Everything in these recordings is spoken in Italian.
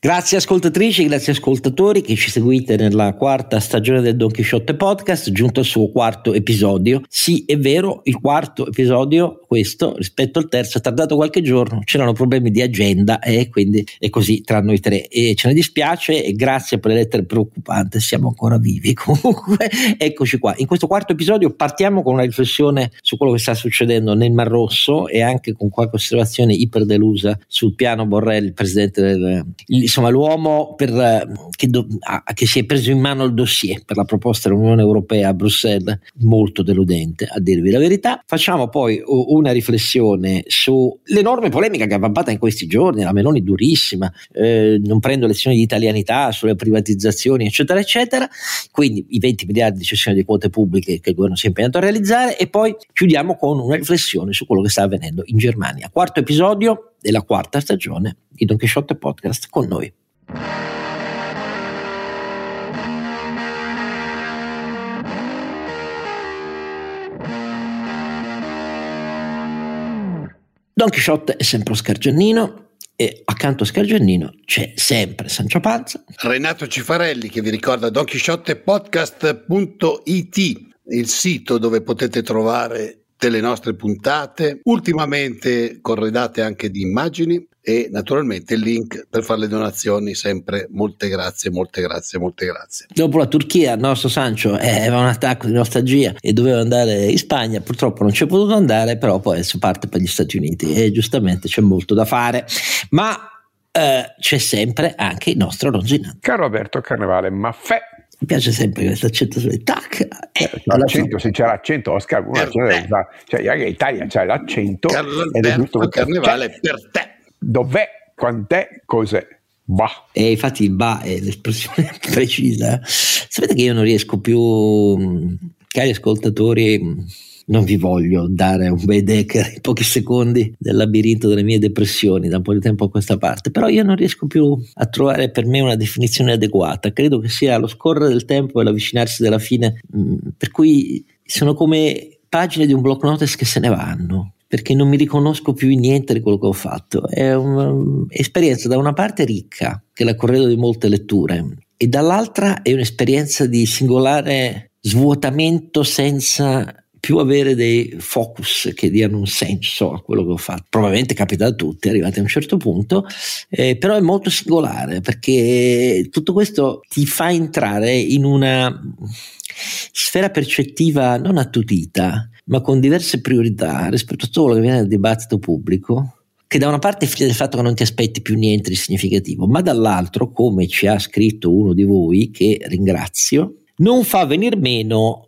Grazie ascoltatrici, grazie ascoltatori che ci seguite nella quarta stagione del Don Chisciotte Podcast, giunto al suo quarto episodio. Sì, è vero, il quarto episodio, questo, rispetto al terzo, è tardato qualche giorno, c'erano problemi di agenda e quindi è così tra noi tre. E ce ne dispiace e grazie per le lettere preoccupanti, siamo ancora vivi. Comunque, eccoci qua. In questo quarto episodio partiamo con una riflessione su quello che sta succedendo nel Mar Rosso e anche con qualche osservazione iperdelusa sul piano Borrell, il presidente insomma l'uomo che si è preso in mano il dossier per la proposta dell'Unione Europea a Bruxelles, molto deludente a dirvi la verità. Facciamo poi una riflessione sull'enorme polemica che è avvampata in questi giorni, la Meloni durissima, non prendo lezioni di italianità sulle privatizzazioni eccetera eccetera, quindi i 20 miliardi di cessione di quote pubbliche che il governo si è impegnato a realizzare, e poi chiudiamo con una riflessione su quello che sta avvenendo in Germania. Quarto episodio della quarta stagione di Don Chisciotte Podcast, con noi. Don Chisciotte è sempre Oscar Giannino e accanto a Oscar Giannino c'è sempre Sancio Panza, Renato Cifarelli, che vi ricorda donchisciottepodcast.it, il sito dove potete trovare delle nostre puntate, ultimamente corredate anche di immagini, e naturalmente il link per fare le donazioni. Sempre molte grazie. Dopo la Turchia il nostro Sancio aveva un attacco di nostalgia e doveva andare in Spagna, purtroppo non c'è potuto andare, però poi adesso parte per gli Stati Uniti e giustamente c'è molto da fare, ma c'è sempre anche il nostro Ronzinante. Caro Roberto Carnevale Maffè, mi piace sempre questo accento sulle tac. L'accento, se c'è l'accento, Oscar, cioè in Italia c'è l'accento ed è giusto Carnevale per te. Dov'è? Quant'è? Cos'è? Bah. E infatti il bah è l'espressione precisa. Sapete che io non riesco più, cari ascoltatori, non vi voglio dare un Baedeker in pochi secondi del labirinto delle mie depressioni da un po' di tempo a questa parte, però io non riesco più a trovare per me una definizione adeguata. Credo che sia lo scorrere del tempo e l'avvicinarsi della fine, per cui sono come pagine di un block notice che se ne vanno, perché non mi riconosco più in niente di quello che ho fatto. È un'esperienza da una parte ricca, che è la corredo di molte letture, e dall'altra è un'esperienza di singolare svuotamento senza più avere dei focus che diano un senso a quello che ho fatto. Probabilmente capita a tutti, arrivati a un certo punto, però è molto singolare, perché tutto questo ti fa entrare in una sfera percettiva non attutita, ma con diverse priorità rispetto a tutto quello che viene dal dibattito pubblico, che da una parte figlia del fatto che non ti aspetti più niente di significativo, ma dall'altro, come ci ha scritto uno di voi, che ringrazio, non fa venir meno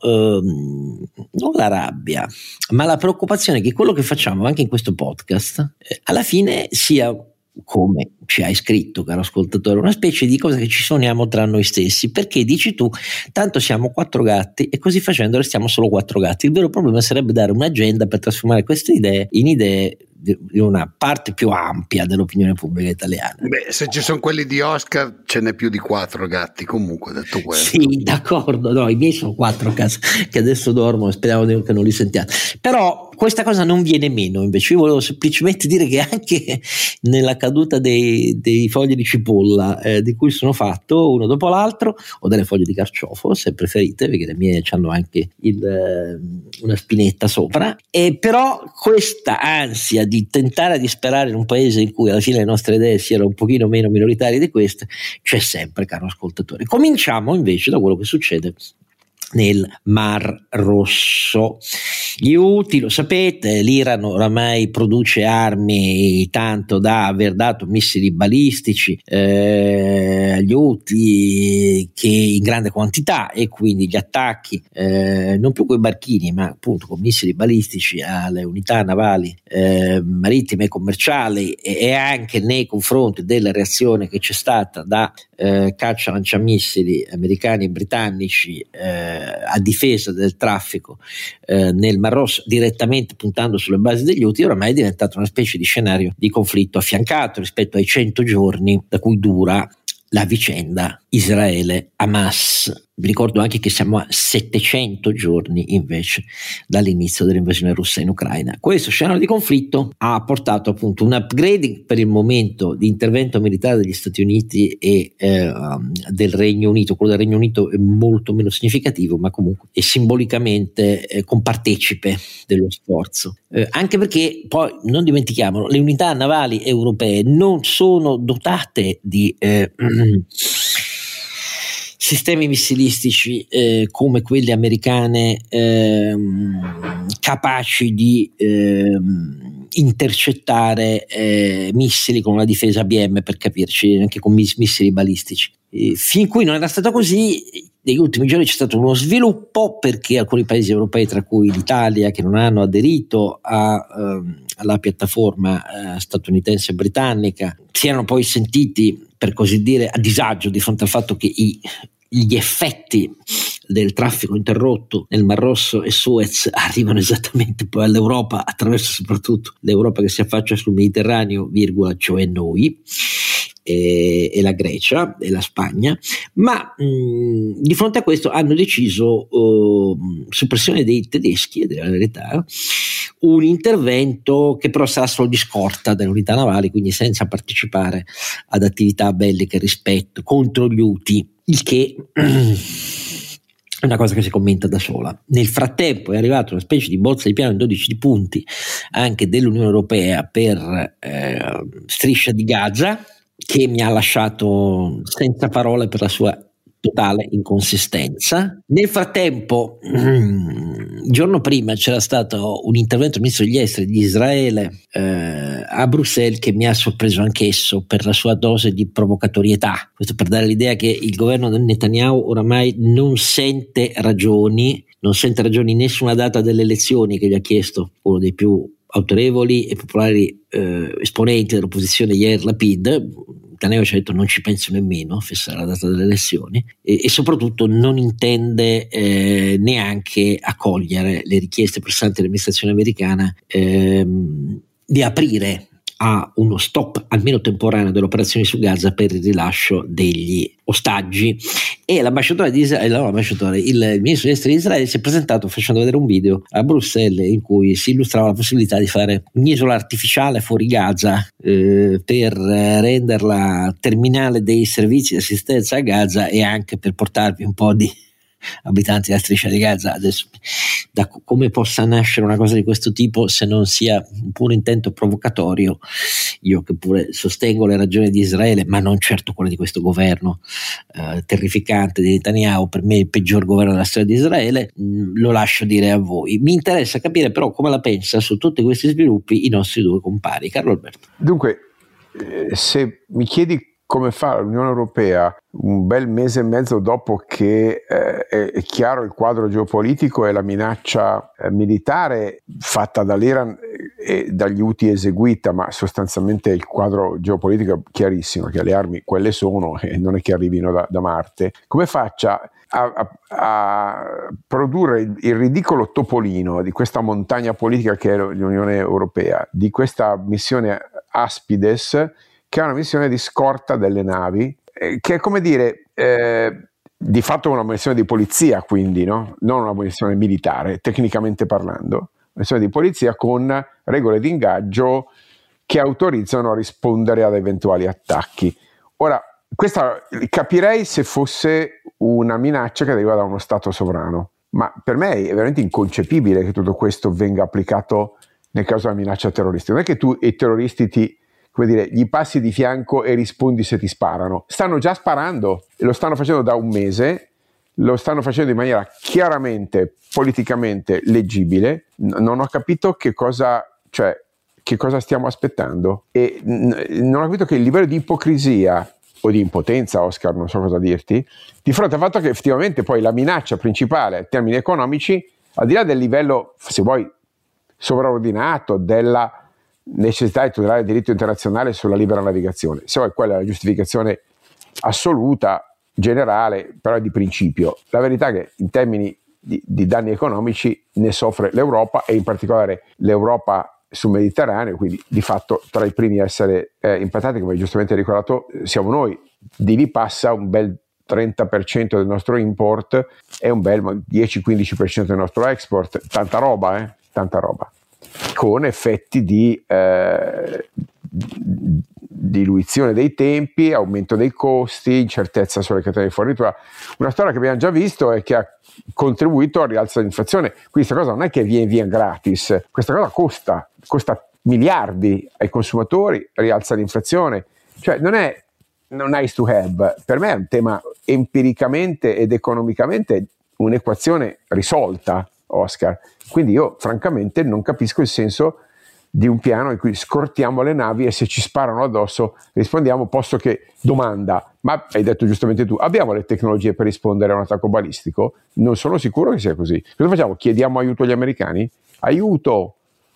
non la rabbia, ma la preoccupazione che quello che facciamo anche in questo podcast alla fine sia, come ci hai scritto, caro ascoltatore, una specie di cosa che ci suoniamo tra noi stessi, perché dici tu, tanto siamo 4 gatti e così facendo restiamo solo 4 gatti. Il vero problema sarebbe dare un'agenda per trasformare queste idee in idee di una parte più ampia dell'opinione pubblica italiana. Beh, se ci sono quelli di Oscar ce n'è più di 4 gatti, comunque, detto questo. Sì, d'accordo, no, i miei sono 4 a casa che adesso dormono, speriamo che non li sentiate, però questa cosa non viene meno. Invece io volevo semplicemente dire che anche nella caduta dei fogli di cipolla di cui sono fatto uno dopo l'altro, o delle foglie di carciofo se preferite, perché le mie hanno anche una spinetta sopra, e però questa ansia di tentare di sperare in un paese in cui alla fine le nostre idee siano un pochino meno minoritarie di queste c'è sempre, caro ascoltatore. Cominciamo invece da quello che succede nel Mar Rosso. Gli Houthi, lo sapete, l'Iran oramai produce armi tanto da aver dato missili balistici agli Houthi, che in grande quantità, e quindi gli attacchi non più con i barchini ma appunto con missili balistici alle unità navali marittime e commerciali, e anche nei confronti della reazione che c'è stata da caccia lanciamissili americani e britannici a difesa del traffico nel Mar Rosso, direttamente puntando sulle basi degli Houthi. Oramai è diventato una specie di scenario di conflitto affiancato rispetto ai 100 giorni da cui dura la vicenda Israele-Hamas. Vi ricordo anche che siamo a 700 giorni invece dall'inizio dell'invasione russa in Ucraina. Questo scenario di conflitto ha portato appunto un upgrading per il momento di intervento militare degli Stati Uniti e del Regno Unito. Quello del Regno Unito è molto meno significativo, ma comunque è simbolicamente compartecipe dello sforzo. Anche perché poi non dimentichiamolo, le unità navali europee non sono dotate di sistemi missilistici come quelle americane, capaci di intercettare missili con una difesa ABM, per capirci, anche con missili balistici. Fin qui non era stato così. Negli ultimi giorni c'è stato uno sviluppo, perché alcuni paesi europei, tra cui l'Italia, che non hanno aderito alla piattaforma statunitense e britannica, si erano poi sentiti, per così dire, a disagio di fronte al fatto che gli effetti del traffico interrotto nel Mar Rosso e Suez arrivano esattamente poi all'Europa, attraverso soprattutto l'Europa che si affaccia sul Mediterraneo, cioè noi e la Grecia e la Spagna, ma di fronte a questo hanno deciso, su pressione dei tedeschi, e della verità, un intervento che però sarà solo di scorta delle unità navali, quindi senza partecipare ad attività belliche contro gli Houthi, il che è una cosa che si commenta da sola. Nel frattempo è arrivata una specie di bozza di piano in 12 punti anche dell'Unione Europea per Striscia di Gaza, che mi ha lasciato senza parole per la sua totale inconsistenza. Nel frattempo, il giorno prima c'era stato un intervento del ministro degli esteri di Israele a Bruxelles, che mi ha sorpreso anch'esso per la sua dose di provocatorietà. Questo per dare l'idea che il governo di Netanyahu oramai non sente ragioni in nessuna data delle elezioni che gli ha chiesto uno dei più autorevoli e popolari esponenti dell'opposizione, Yair Lapid. Netanyahu ci ha detto non ci penso nemmeno a fissare la data delle elezioni, e soprattutto non intende neanche accogliere le richieste pressanti dell'amministrazione americana di aprire a uno stop almeno temporaneo delle operazioni su Gaza per il rilascio degli ostaggi. E il ministro degli esteri di Israele si è presentato facendo vedere un video a Bruxelles in cui si illustrava la possibilità di fare un'isola artificiale fuori Gaza per renderla terminale dei servizi di assistenza a Gaza, e anche per portarvi un po' di abitanti della striscia di Gaza. Adesso, da come possa nascere una cosa di questo tipo se non sia un puro intento provocatorio, io che pure sostengo le ragioni di Israele, ma non certo quelle di questo governo terrificante di Netanyahu, per me il peggior governo della storia di Israele, lo lascio dire a voi. Mi interessa capire però come la pensa su tutti questi sviluppi i nostri due compari. Carlo Alberto. Dunque, se mi chiedi come fa l'Unione Europea un bel mese e mezzo dopo che è chiaro il quadro geopolitico e la minaccia militare fatta dall'Iran e dagli Houthi eseguita, ma sostanzialmente il quadro geopolitico è chiarissimo, che le armi quelle sono e non è che arrivino da Marte, come faccia a produrre il ridicolo topolino di questa montagna politica che è l'Unione Europea, di questa missione Aspides, che è una missione di scorta delle navi, che è come dire di fatto una missione di polizia, quindi no? Non una missione militare, tecnicamente parlando, una missione di polizia con regole di ingaggio che autorizzano a rispondere ad eventuali attacchi. Ora, questa capirei se fosse una minaccia che deriva da uno Stato sovrano, ma per me è veramente inconcepibile che tutto questo venga applicato nel caso della minaccia terroristica. Non è che tu i terroristi gli passi di fianco e rispondi se ti sparano. Stanno già sparando, e lo stanno facendo da un mese, lo stanno facendo in maniera chiaramente politicamente leggibile. Non ho capito che cosa stiamo aspettando, e non ho capito che il livello di ipocrisia o di impotenza, Oscar, non so cosa dirti, di fronte al fatto che effettivamente poi la minaccia principale in termini economici, al di là del livello, se vuoi, sovraordinato della necessità di tutelare il diritto internazionale sulla libera navigazione, se vuoi quella è la giustificazione assoluta, generale, però di principio. La verità è che in termini di danni economici ne soffre l'Europa, e in particolare l'Europa sul Mediterraneo, quindi di fatto tra i primi a essere impattati, come giustamente ricordato, siamo noi. Di lì passa un bel 30% del nostro import e un bel 10-15% del nostro export, tanta roba, con effetti di diluizione dei tempi, aumento dei costi, incertezza sulle catene di fornitura. Una storia che abbiamo già visto e che ha contribuito al rialzo dell'inflazione. Quindi questa cosa non è che viene via gratis, questa cosa costa miliardi ai consumatori, rialza l'inflazione, cioè non è nice to have, per me è un tema empiricamente ed economicamente un'equazione risolta, Oscar. Quindi io francamente non capisco il senso di un piano in cui scortiamo le navi e se ci sparano addosso rispondiamo, posto che domanda, ma hai detto giustamente tu, abbiamo le tecnologie per rispondere a un attacco balistico? Non sono sicuro che sia così. Cosa facciamo? Chiediamo aiuto agli americani? Aiuto!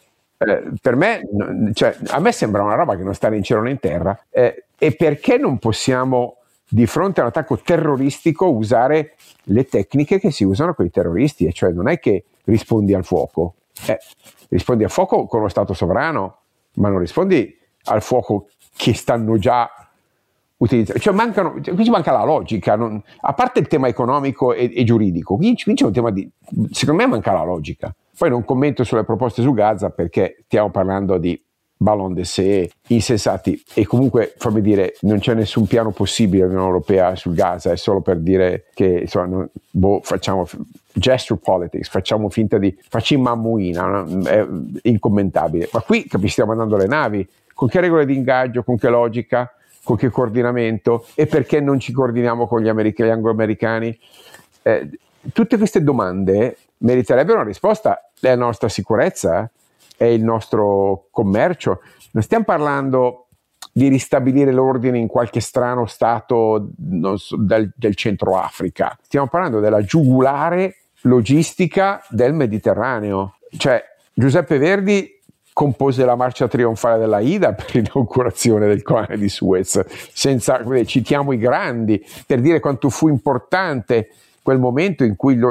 Per me, cioè, a me sembra una roba che non sta né in cielo né in terra, e perché non possiamo di fronte a un attacco terroristico usare le tecniche che si usano con i terroristi, e cioè non è che rispondi al fuoco, rispondi al fuoco con lo Stato sovrano, ma non rispondi al fuoco che stanno già utilizzando. Cioè qui ci manca la logica, a parte il tema economico e giuridico, qui c'è un tema secondo me manca la logica. Poi non commento sulle proposte su Gaza perché stiamo parlando di ballon d'essai insensati, e comunque fammi dire non c'è nessun piano possibile dell'Unione Europea sul Gaza, è solo per dire che insomma facciamo gesture politics, facciamo mammuina, è incommentabile. Ma qui stiamo mandando le navi, con che regole di ingaggio, con che logica, con che coordinamento, e perché non ci coordiniamo con gli anglo-americani? Tutte queste domande meriterebbero una risposta. La nostra sicurezza è il nostro commercio. Non stiamo parlando di ristabilire l'ordine in qualche strano stato del Centro Africa, stiamo parlando della giugulare logistica del Mediterraneo. Cioè Giuseppe Verdi compose la marcia trionfale dell'Aida per l'inaugurazione del canale di Suez, citiamo i grandi per dire quanto fu importante quel momento in cui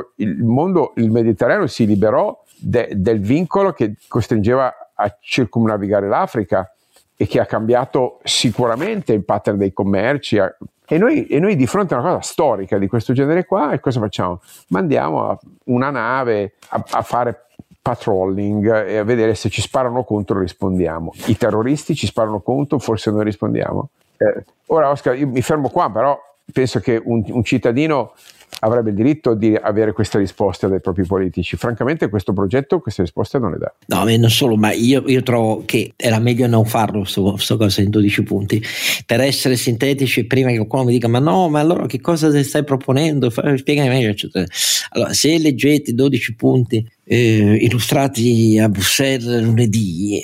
il Mediterraneo si liberò del vincolo che costringeva a circumnavigare l'Africa e che ha cambiato sicuramente il pattern dei commerci. E noi di fronte a una cosa storica di questo genere qua, cosa facciamo? Mandiamo una nave a fare patrolling e a vedere se ci sparano contro rispondiamo. I terroristi ci sparano contro, forse noi rispondiamo. Ora Oscar, io mi fermo qua, però penso che un cittadino avrebbe il diritto di avere queste risposte dai propri politici. Francamente questo progetto queste risposte non le dà. No, non solo, ma io trovo che era meglio non farlo sto cosa in 12 punti, per essere sintetici, prima che qualcuno mi dica ma allora che cosa stai proponendo, spiegami meglio, eccetera. Allora, se leggete i 12 punti illustrati a Bruxelles lunedì,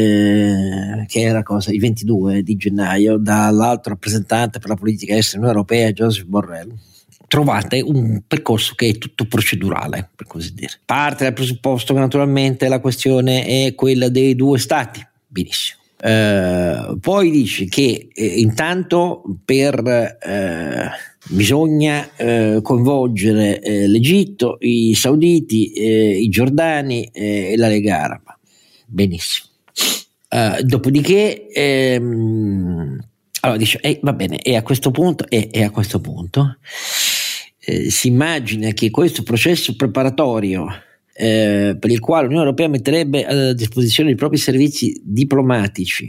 che era il 22 di gennaio, dall'alto rappresentante per la politica estera dell'Unione Europea Josep Borrell, trovate un percorso che è tutto procedurale, per così dire. Parte dal presupposto che naturalmente la questione è quella dei due stati, benissimo. Poi dice che intanto bisogna coinvolgere l'Egitto, i sauditi, i giordani e la Lega Araba, benissimo. Dopodiché allora dice va bene, e a questo punto si immagina che questo processo preparatorio per il quale l'Unione Europea metterebbe a disposizione i propri servizi diplomatici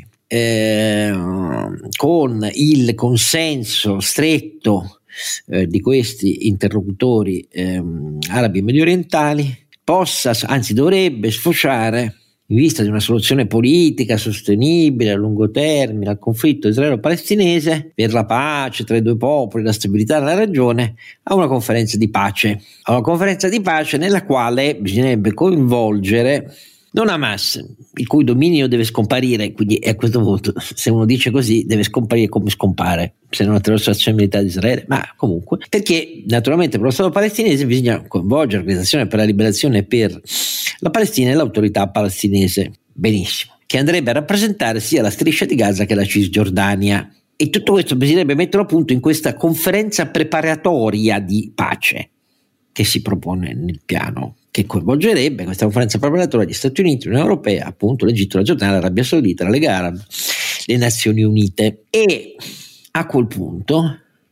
con il consenso stretto di questi interlocutori arabi e mediorientali dovrebbe sfociare, in vista di una soluzione politica sostenibile a lungo termine al conflitto israelo-palestinese, per la pace tra i due popoli e la stabilità nella regione, a una conferenza di pace nella quale bisognerebbe coinvolgere non Hamas, il cui dominio deve scomparire, quindi a questo punto se uno dice così deve scomparire come scompare, se non attraverso l'azione militare di Israele, ma comunque, perché naturalmente per lo Stato palestinese bisogna coinvolgere l'Organizzazione per la Liberazione per la Palestina e l'autorità palestinese, benissimo, che andrebbe a rappresentare sia la striscia di Gaza che la Cisgiordania, e tutto questo bisognerebbe metterlo a punto in questa conferenza preparatoria di pace che si propone nel piano, che coinvolgerebbe questa conferenza preparatoria gli Stati Uniti, l'Unione Europea, appunto l'Egitto, la Giordania, l'Arabia Saudita, la Lega Araba, le Nazioni Unite. E a quel punto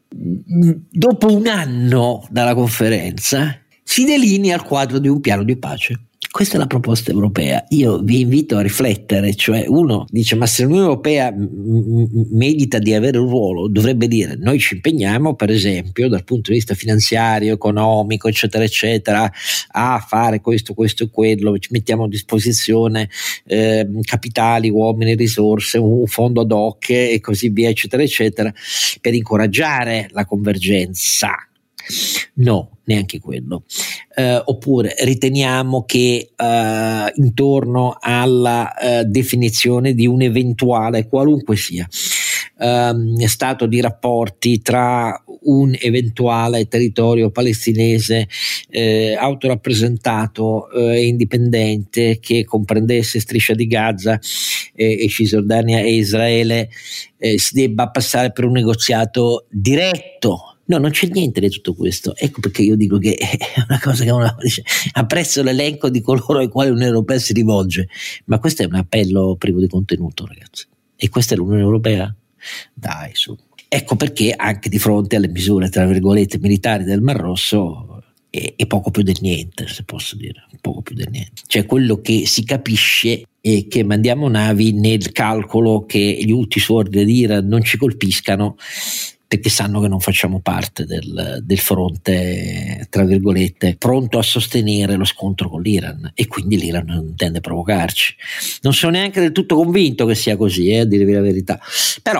dopo un anno dalla conferenza si delinea il quadro di un piano di pace. Questa è la proposta europea. Io vi invito a riflettere, cioè uno dice: ma se l'Unione Europea medita di avere un ruolo, dovrebbe dire: noi ci impegniamo, per esempio, dal punto di vista finanziario, economico, eccetera, eccetera, a fare questo e quello, ci mettiamo a disposizione capitali, uomini, risorse, un fondo ad hoc e così via, eccetera, eccetera, per incoraggiare la convergenza. No, neanche quello. Oppure riteniamo che intorno alla definizione di un eventuale, qualunque sia, stato di rapporti tra un eventuale territorio palestinese autorappresentato e indipendente che comprendesse Striscia di Gaza e Cisgiordania e Israele, si debba passare per un negoziato diretto. No, non c'è niente di tutto questo. Ecco perché io dico che è una cosa che uno dice: apprezzo l'elenco di coloro ai quali l'Unione Europea si rivolge, ma questo è un appello privo di contenuto, ragazzi. E questa è l'Unione Europea? Dai, su. Ecco perché anche di fronte alle misure, tra virgolette, militari del Mar Rosso è poco più del niente, se posso dire, poco più del niente. Cioè, quello che si capisce è che mandiamo navi nel calcolo che gli Houthi su ordine di Iran non ci colpiscano, perché sanno che non facciamo parte del fronte, tra virgolette, pronto a sostenere lo scontro con l'Iran, e quindi l'Iran non intende provocarci. Non sono neanche del tutto convinto che sia così, a dirvi la verità, però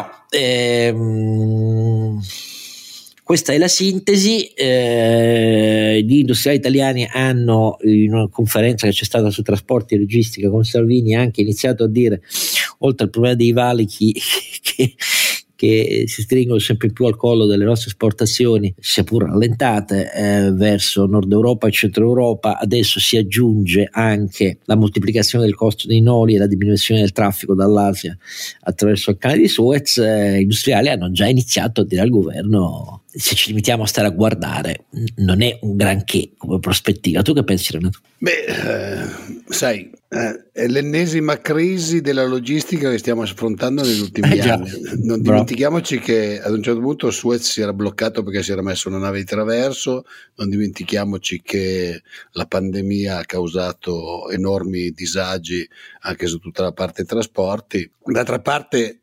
questa è la sintesi. Gli industriali italiani hanno, in una conferenza che c'è stata su trasporti e logistica con Salvini, anche iniziato a dire, oltre al problema dei valichi che si stringono sempre più al collo delle nostre esportazioni, sia pur rallentate, verso Nord Europa e Centro Europa, adesso si aggiunge anche la moltiplicazione del costo dei noli e la diminuzione del traffico dall'Asia attraverso il canale di Suez. Gli industriali hanno già iniziato a dire al governo: se ci limitiamo a stare a guardare, non è un granché come prospettiva. Tu che pensi, Renato? Sai, è l'ennesima crisi della logistica che stiamo affrontando negli ultimi anni. Non dimentichiamoci che ad un certo punto Suez si era bloccato perché si era messo una nave di traverso, non dimentichiamoci che la pandemia ha causato enormi disagi anche su tutta la parte trasporti. D'altra parte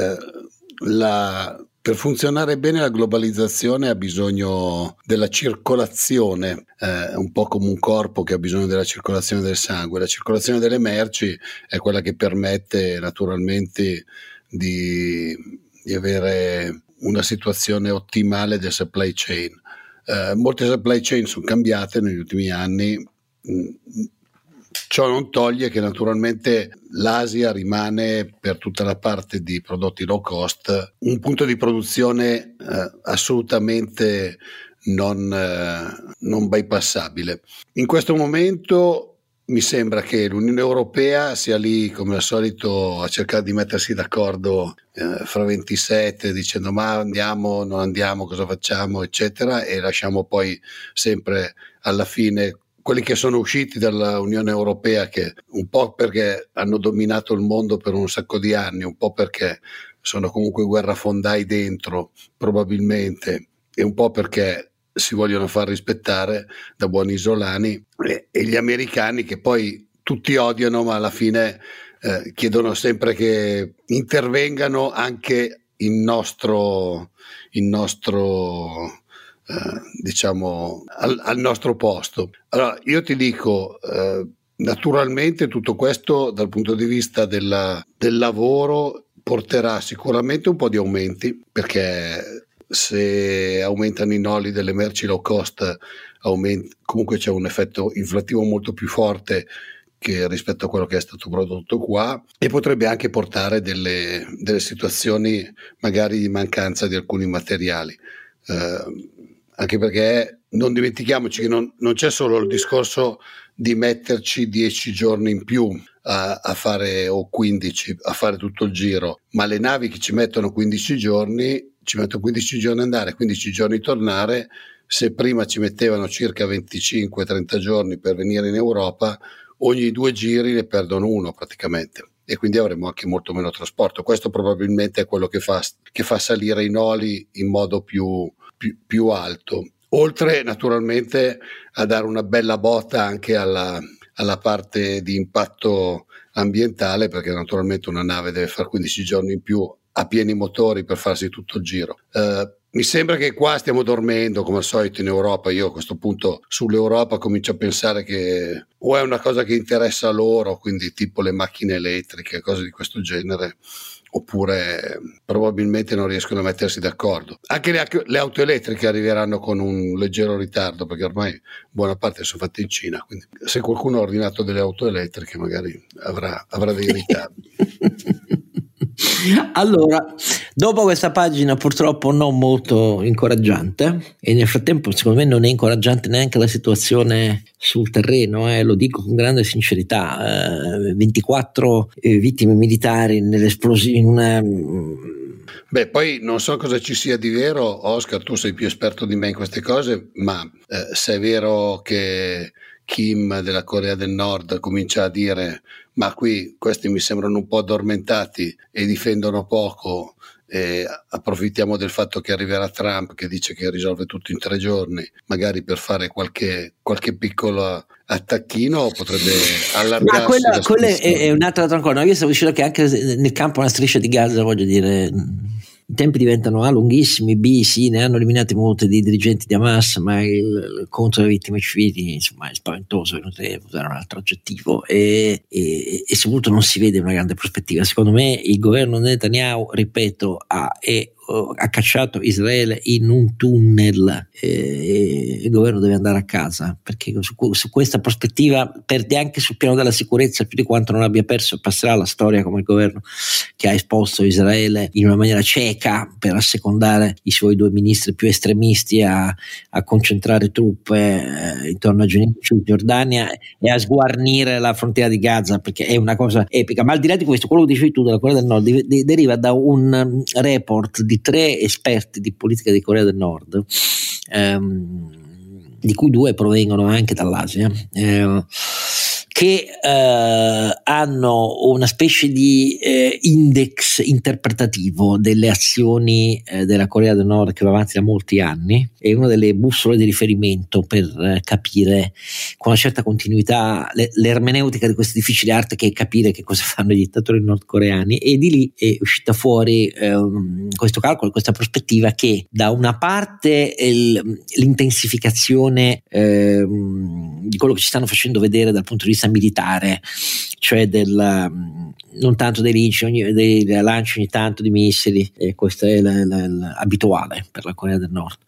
per funzionare bene la globalizzazione ha bisogno della circolazione, un po' come un corpo che ha bisogno della circolazione del sangue. La circolazione delle merci è quella che permette naturalmente di avere una situazione ottimale del supply chain. Molte supply chain sono cambiate negli ultimi anni. Ciò non toglie che naturalmente l'Asia rimane, per tutta la parte di prodotti low cost, un punto di produzione assolutamente non bypassabile. In questo momento mi sembra che l'Unione Europea sia lì come al solito a cercare di mettersi d'accordo fra 27, dicendo: ma andiamo, non andiamo, cosa facciamo, eccetera, e lasciamo poi sempre alla fine quelli che sono usciti dall'Unione Europea, che un po' perché hanno dominato il mondo per un sacco di anni, un po' perché sono comunque guerrafondai dentro probabilmente, e un po' perché si vogliono far rispettare da buoni isolani, e gli americani che poi tutti odiano, ma alla fine chiedono sempre che intervengano anche il nostro diciamo al nostro posto. Allora io ti dico, naturalmente tutto questo dal punto di vista del lavoro porterà sicuramente un po' di aumenti, perché se aumentano i noli delle merci low cost comunque c'è un effetto inflattivo molto più forte che rispetto a quello che è stato prodotto qua, e potrebbe anche portare delle situazioni magari di mancanza di alcuni materiali. Anche perché non dimentichiamoci che non c'è solo il discorso di metterci 10 giorni in più a fare, o 15 a fare tutto il giro, ma le navi che ci mettono 15 giorni andare, 15 giorni tornare. Se prima ci mettevano circa 25-30 giorni per venire in Europa, ogni 2 giri ne perdono uno praticamente, e quindi avremo anche molto meno trasporto. Questo probabilmente è quello che fa salire i noli in modo più alto, oltre naturalmente a dare una bella botta anche alla parte di impatto ambientale, perché naturalmente una nave deve fare 15 giorni in più a pieni motori per farsi tutto il giro. Mi sembra che qua stiamo dormendo come al solito in Europa. Io a questo punto sull'Europa comincio a pensare che o è una cosa che interessa a loro, quindi tipo le macchine elettriche, cose di questo genere, oppure probabilmente non riescono a mettersi d'accordo. Anche le auto elettriche arriveranno con un leggero ritardo, perché ormai buona parte sono fatte in Cina, quindi se qualcuno ha ordinato delle auto elettriche magari avrà dei ritardi. Allora, dopo questa pagina purtroppo non molto incoraggiante, e nel frattempo secondo me non è incoraggiante neanche la situazione sul terreno, lo dico con grande sincerità, 24 vittime militari nell'esplosione. Beh, poi non so cosa ci sia di vero, Oscar, tu sei più esperto di me in queste cose, ma se è vero che Kim della Corea del Nord comincia a dire ma qui questi mi sembrano un po' addormentati e difendono poco, e approfittiamo del fatto che arriverà Trump che dice che risolve tutto in 3 giorni, magari per fare qualche piccolo attacchino potrebbe allargarsi. Ma quella è un'altra ancora. Io stavo dicendo che anche nel campo una striscia di Gaza, voglio dire, i tempi diventano lunghissimi, sì, ne hanno eliminati molti dei dirigenti di Hamas, ma il conto delle vittime civili insomma è spaventoso, non devo usare un altro aggettivo, e soprattutto non si vede una grande prospettiva. Secondo me il governo Netanyahu, ripeto, ha cacciato Israele in un tunnel, e il governo deve andare a casa, perché su questa prospettiva perde anche sul piano della sicurezza più di quanto non abbia perso. Passerà la storia come il governo che ha esposto Israele in una maniera cieca per assecondare i suoi 2 ministri più estremisti a concentrare truppe intorno a Cisgiordania e a sguarnire la frontiera di Gaza, perché è una cosa epica. Ma al di là di questo, quello che dicevi tu della Corea del Nord deriva da un report di 3 esperti di politica di Corea del Nord, di cui 2 provengono anche dall'Asia, che hanno una specie di index interpretativo delle azioni della Corea del Nord che va avanti da molti anni, è una delle bussole di riferimento per capire con una certa continuità l'ermeneutica di questa difficile arte che è capire che cosa fanno i dittatori nordcoreani, e di lì è uscita fuori questo calcolo, questa prospettiva che da una parte l'intensificazione di quello che ci stanno facendo vedere dal punto di vista militare, cioè non tanto dei lanci ogni tanto di missili, e questo è abituale per la Corea del Nord,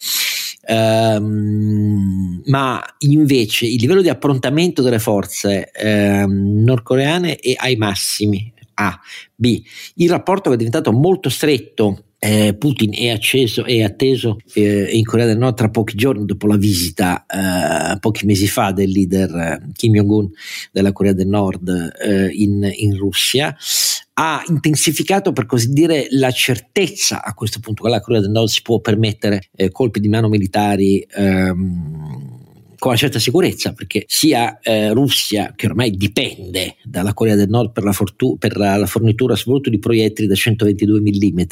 ma invece il livello di approntamento delle forze nordcoreane è ai massimi. A. B. Il rapporto che è diventato molto stretto. Putin è atteso in Corea del Nord tra pochi giorni dopo la visita pochi mesi fa del leader Kim Jong-un della Corea del Nord in Russia. Ha intensificato, per così dire, la certezza a questo punto che la Corea del Nord si può permettere colpi di mano militari con una certa sicurezza, perché sia Russia, che ormai dipende dalla Corea del Nord per la fornitura soprattutto di proiettili da 122 mm,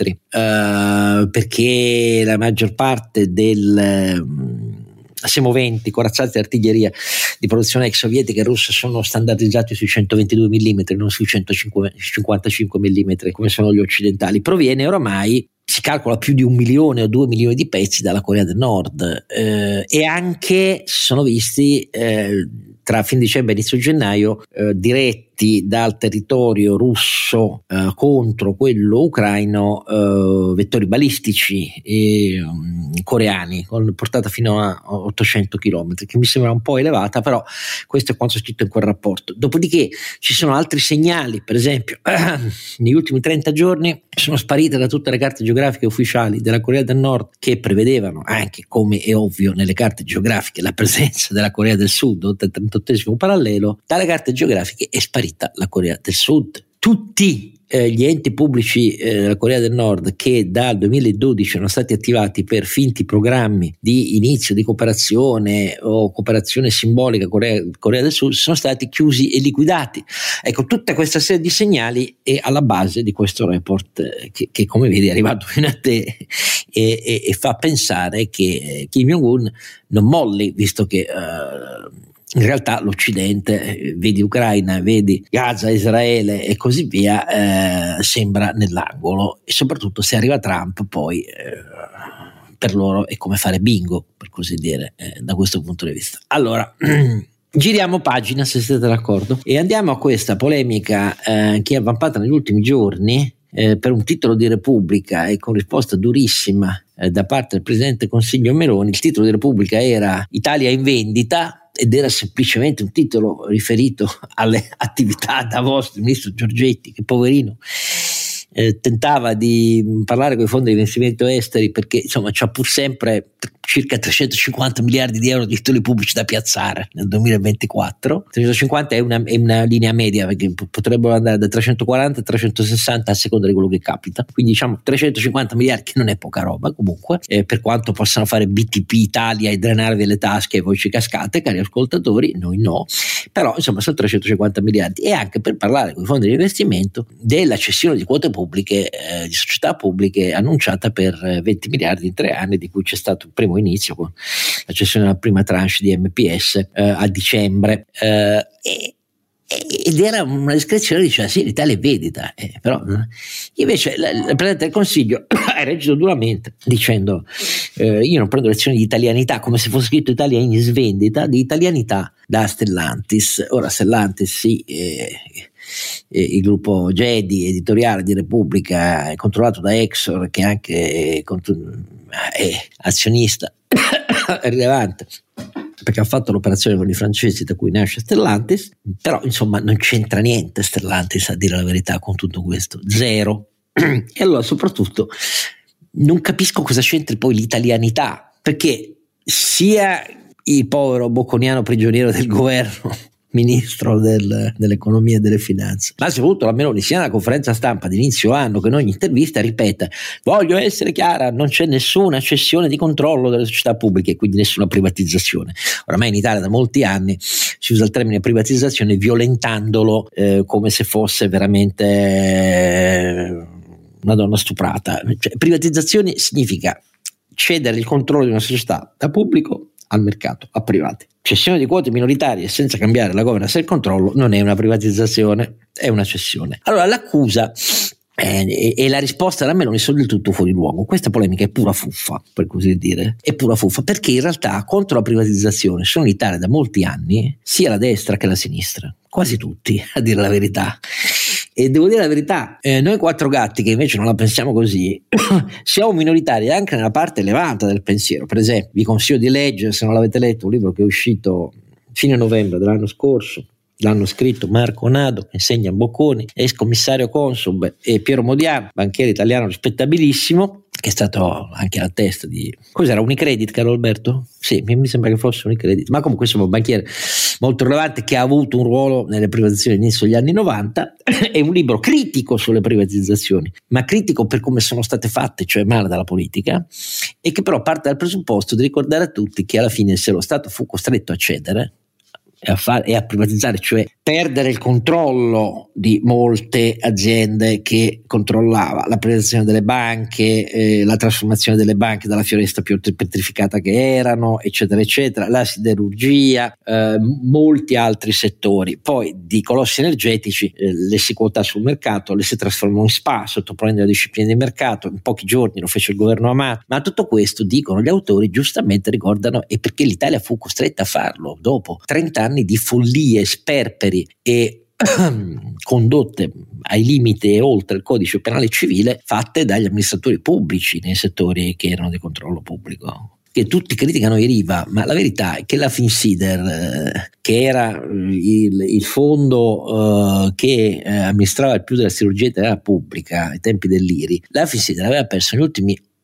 perché la maggior parte semoventi, corazzati di artiglieria di produzione ex sovietica e russa sono standardizzati sui 122 mm, non sui 155 mm come sono gli occidentali. Proviene oramai, si calcola, più di 1 milione o 2 milioni di pezzi dalla Corea del Nord, e anche si sono visti tra fine dicembre e inizio gennaio diretti dal territorio russo contro quello ucraino vettori balistici coreani con portata fino a 800 km, che mi sembra un po' elevata, però questo è quanto è scritto in quel rapporto. Dopodiché ci sono altri segnali, per esempio negli ultimi 30 giorni sono sparite da tutte le carte geografiche ufficiali della Corea del Nord, che prevedevano anche, come è ovvio nelle carte geografiche, la presenza della Corea del Sud oltre il 38° parallelo. Dalle carte geografiche è sparita la Corea del Sud, tutti gli enti pubblici della Corea del Nord che dal 2012 sono stati attivati per finti programmi di inizio di cooperazione o cooperazione simbolica Corea del Sud sono stati chiusi e liquidati. Ecco, tutta questa serie di segnali è alla base di questo report che come vedi è arrivato fino a te e fa pensare che Kim Jong-un non molli, visto che in realtà l'Occidente, vedi Ucraina, vedi Gaza, Israele e così via, sembra nell'angolo, e soprattutto se arriva Trump poi per loro è come fare bingo, per così dire, da questo punto di vista. Allora giriamo pagina, se siete d'accordo, e andiamo a questa polemica che è avvampata negli ultimi giorni per un titolo di Repubblica e con risposta durissima da parte del Presidente del Consiglio Meloni. Il titolo di Repubblica era Italia in vendita, ed era semplicemente un titolo riferito alle attività da Davos del ministro Giorgetti, che poverino tentava di parlare con i fondi di investimento esteri, perché insomma c'ha pur sempre circa 350 miliardi di euro di titoli pubblici da piazzare nel 2024. 350 è una linea media, perché potrebbero andare da 340 a 360 a seconda di quello che capita, quindi diciamo 350 miliardi, che non è poca roba comunque, per quanto possano fare BTP Italia e drenarvi le tasche e voi ci cascate, cari ascoltatori, noi no, però insomma sono 350 miliardi. E anche per parlare con i fondi di investimento della cessione di quote pubbliche, di società pubbliche annunciata per 20 miliardi in 3 anni, di cui c'è stato un primo inizio con la cessione della prima tranche di MPS a dicembre, ed era una descrizione, diceva sì, l'Italia è vendita, però invece il Presidente del Consiglio ha reagito duramente dicendo io non prendo lezioni di italianità, come se fosse scritto Italia in svendita, di italianità da Stellantis. Ora Stellantis sì, il gruppo Gedi editoriale di Repubblica è controllato da Exor, che anche è azionista rilevante, perché ha fatto l'operazione con i francesi da cui nasce Stellantis, però insomma non c'entra niente Stellantis, a dire la verità, con tutto questo, zero. E allora soprattutto non capisco cosa c'entri poi l'italianità, perché sia il povero bocconiano prigioniero del governo, ministro dell'economia e delle finanze, ma soprattutto la Meloni, sia nella conferenza stampa di inizio anno che in ogni intervista ripete: voglio essere chiara, non c'è nessuna cessione di controllo delle società pubbliche, quindi nessuna privatizzazione. Oramai in Italia da molti anni si usa il termine privatizzazione violentandolo come se fosse veramente una donna stuprata. Cioè, privatizzazione significa cedere il controllo di una società da pubblico al mercato, a privati. Cessione di quote minoritarie senza cambiare la governance e il controllo non è una privatizzazione, è una cessione. Allora l'accusa e la risposta della Meloni sono del tutto fuori luogo. Questa polemica è pura fuffa, per così dire, è pura fuffa, perché in realtà contro la privatizzazione sono in Italia da molti anni sia la destra che la sinistra, quasi tutti, a dire la verità. E devo dire la verità, noi quattro gatti che invece non la pensiamo così siamo minoritari anche nella parte elevata del pensiero. Per esempio vi consiglio di leggere, se non l'avete letto, un libro che è uscito fine novembre dell'anno scorso, l'hanno scritto Marco Nado, insegna Bocconi, ex commissario Consub, e Piero Modiano, banchiere italiano rispettabilissimo, che è stato anche alla testa di cos'era, Unicredit, caro Alberto? Sì, mi sembra che fosse Unicredit, ma comunque insomma un banchiere molto rilevante che ha avuto un ruolo nelle privatizzazioni all'inizio degli anni 90. È un libro critico sulle privatizzazioni, ma critico per come sono state fatte, cioè male dalla politica, e che però parte dal presupposto di ricordare a tutti che alla fine, se lo Stato fu costretto a cedere e a privatizzare, cioè perdere il controllo di molte aziende che controllava, la privatizzazione delle banche, la trasformazione delle banche dalla Fioresta più petrificata che erano, eccetera eccetera, la siderurgia, molti altri settori. Poi di colossi energetici le si quota sul mercato, le si trasformò in SPA sottoponendo la disciplina di mercato, in pochi giorni lo fece il governo Amato. Ma tutto questo, dicono gli autori, giustamente ricordano, è perché l'Italia fu costretta a farlo dopo 30 anni di follie, sperperi e condotte ai limiti e oltre il codice penale civile fatte dagli amministratori pubblici nei settori che erano di controllo pubblico. Che tutti criticano i Riva, ma la verità è che la Finsider, che era il fondo che amministrava il più della chirurgia italiana pubblica ai tempi dell'IRI, la Finsider aveva perso negli ultimi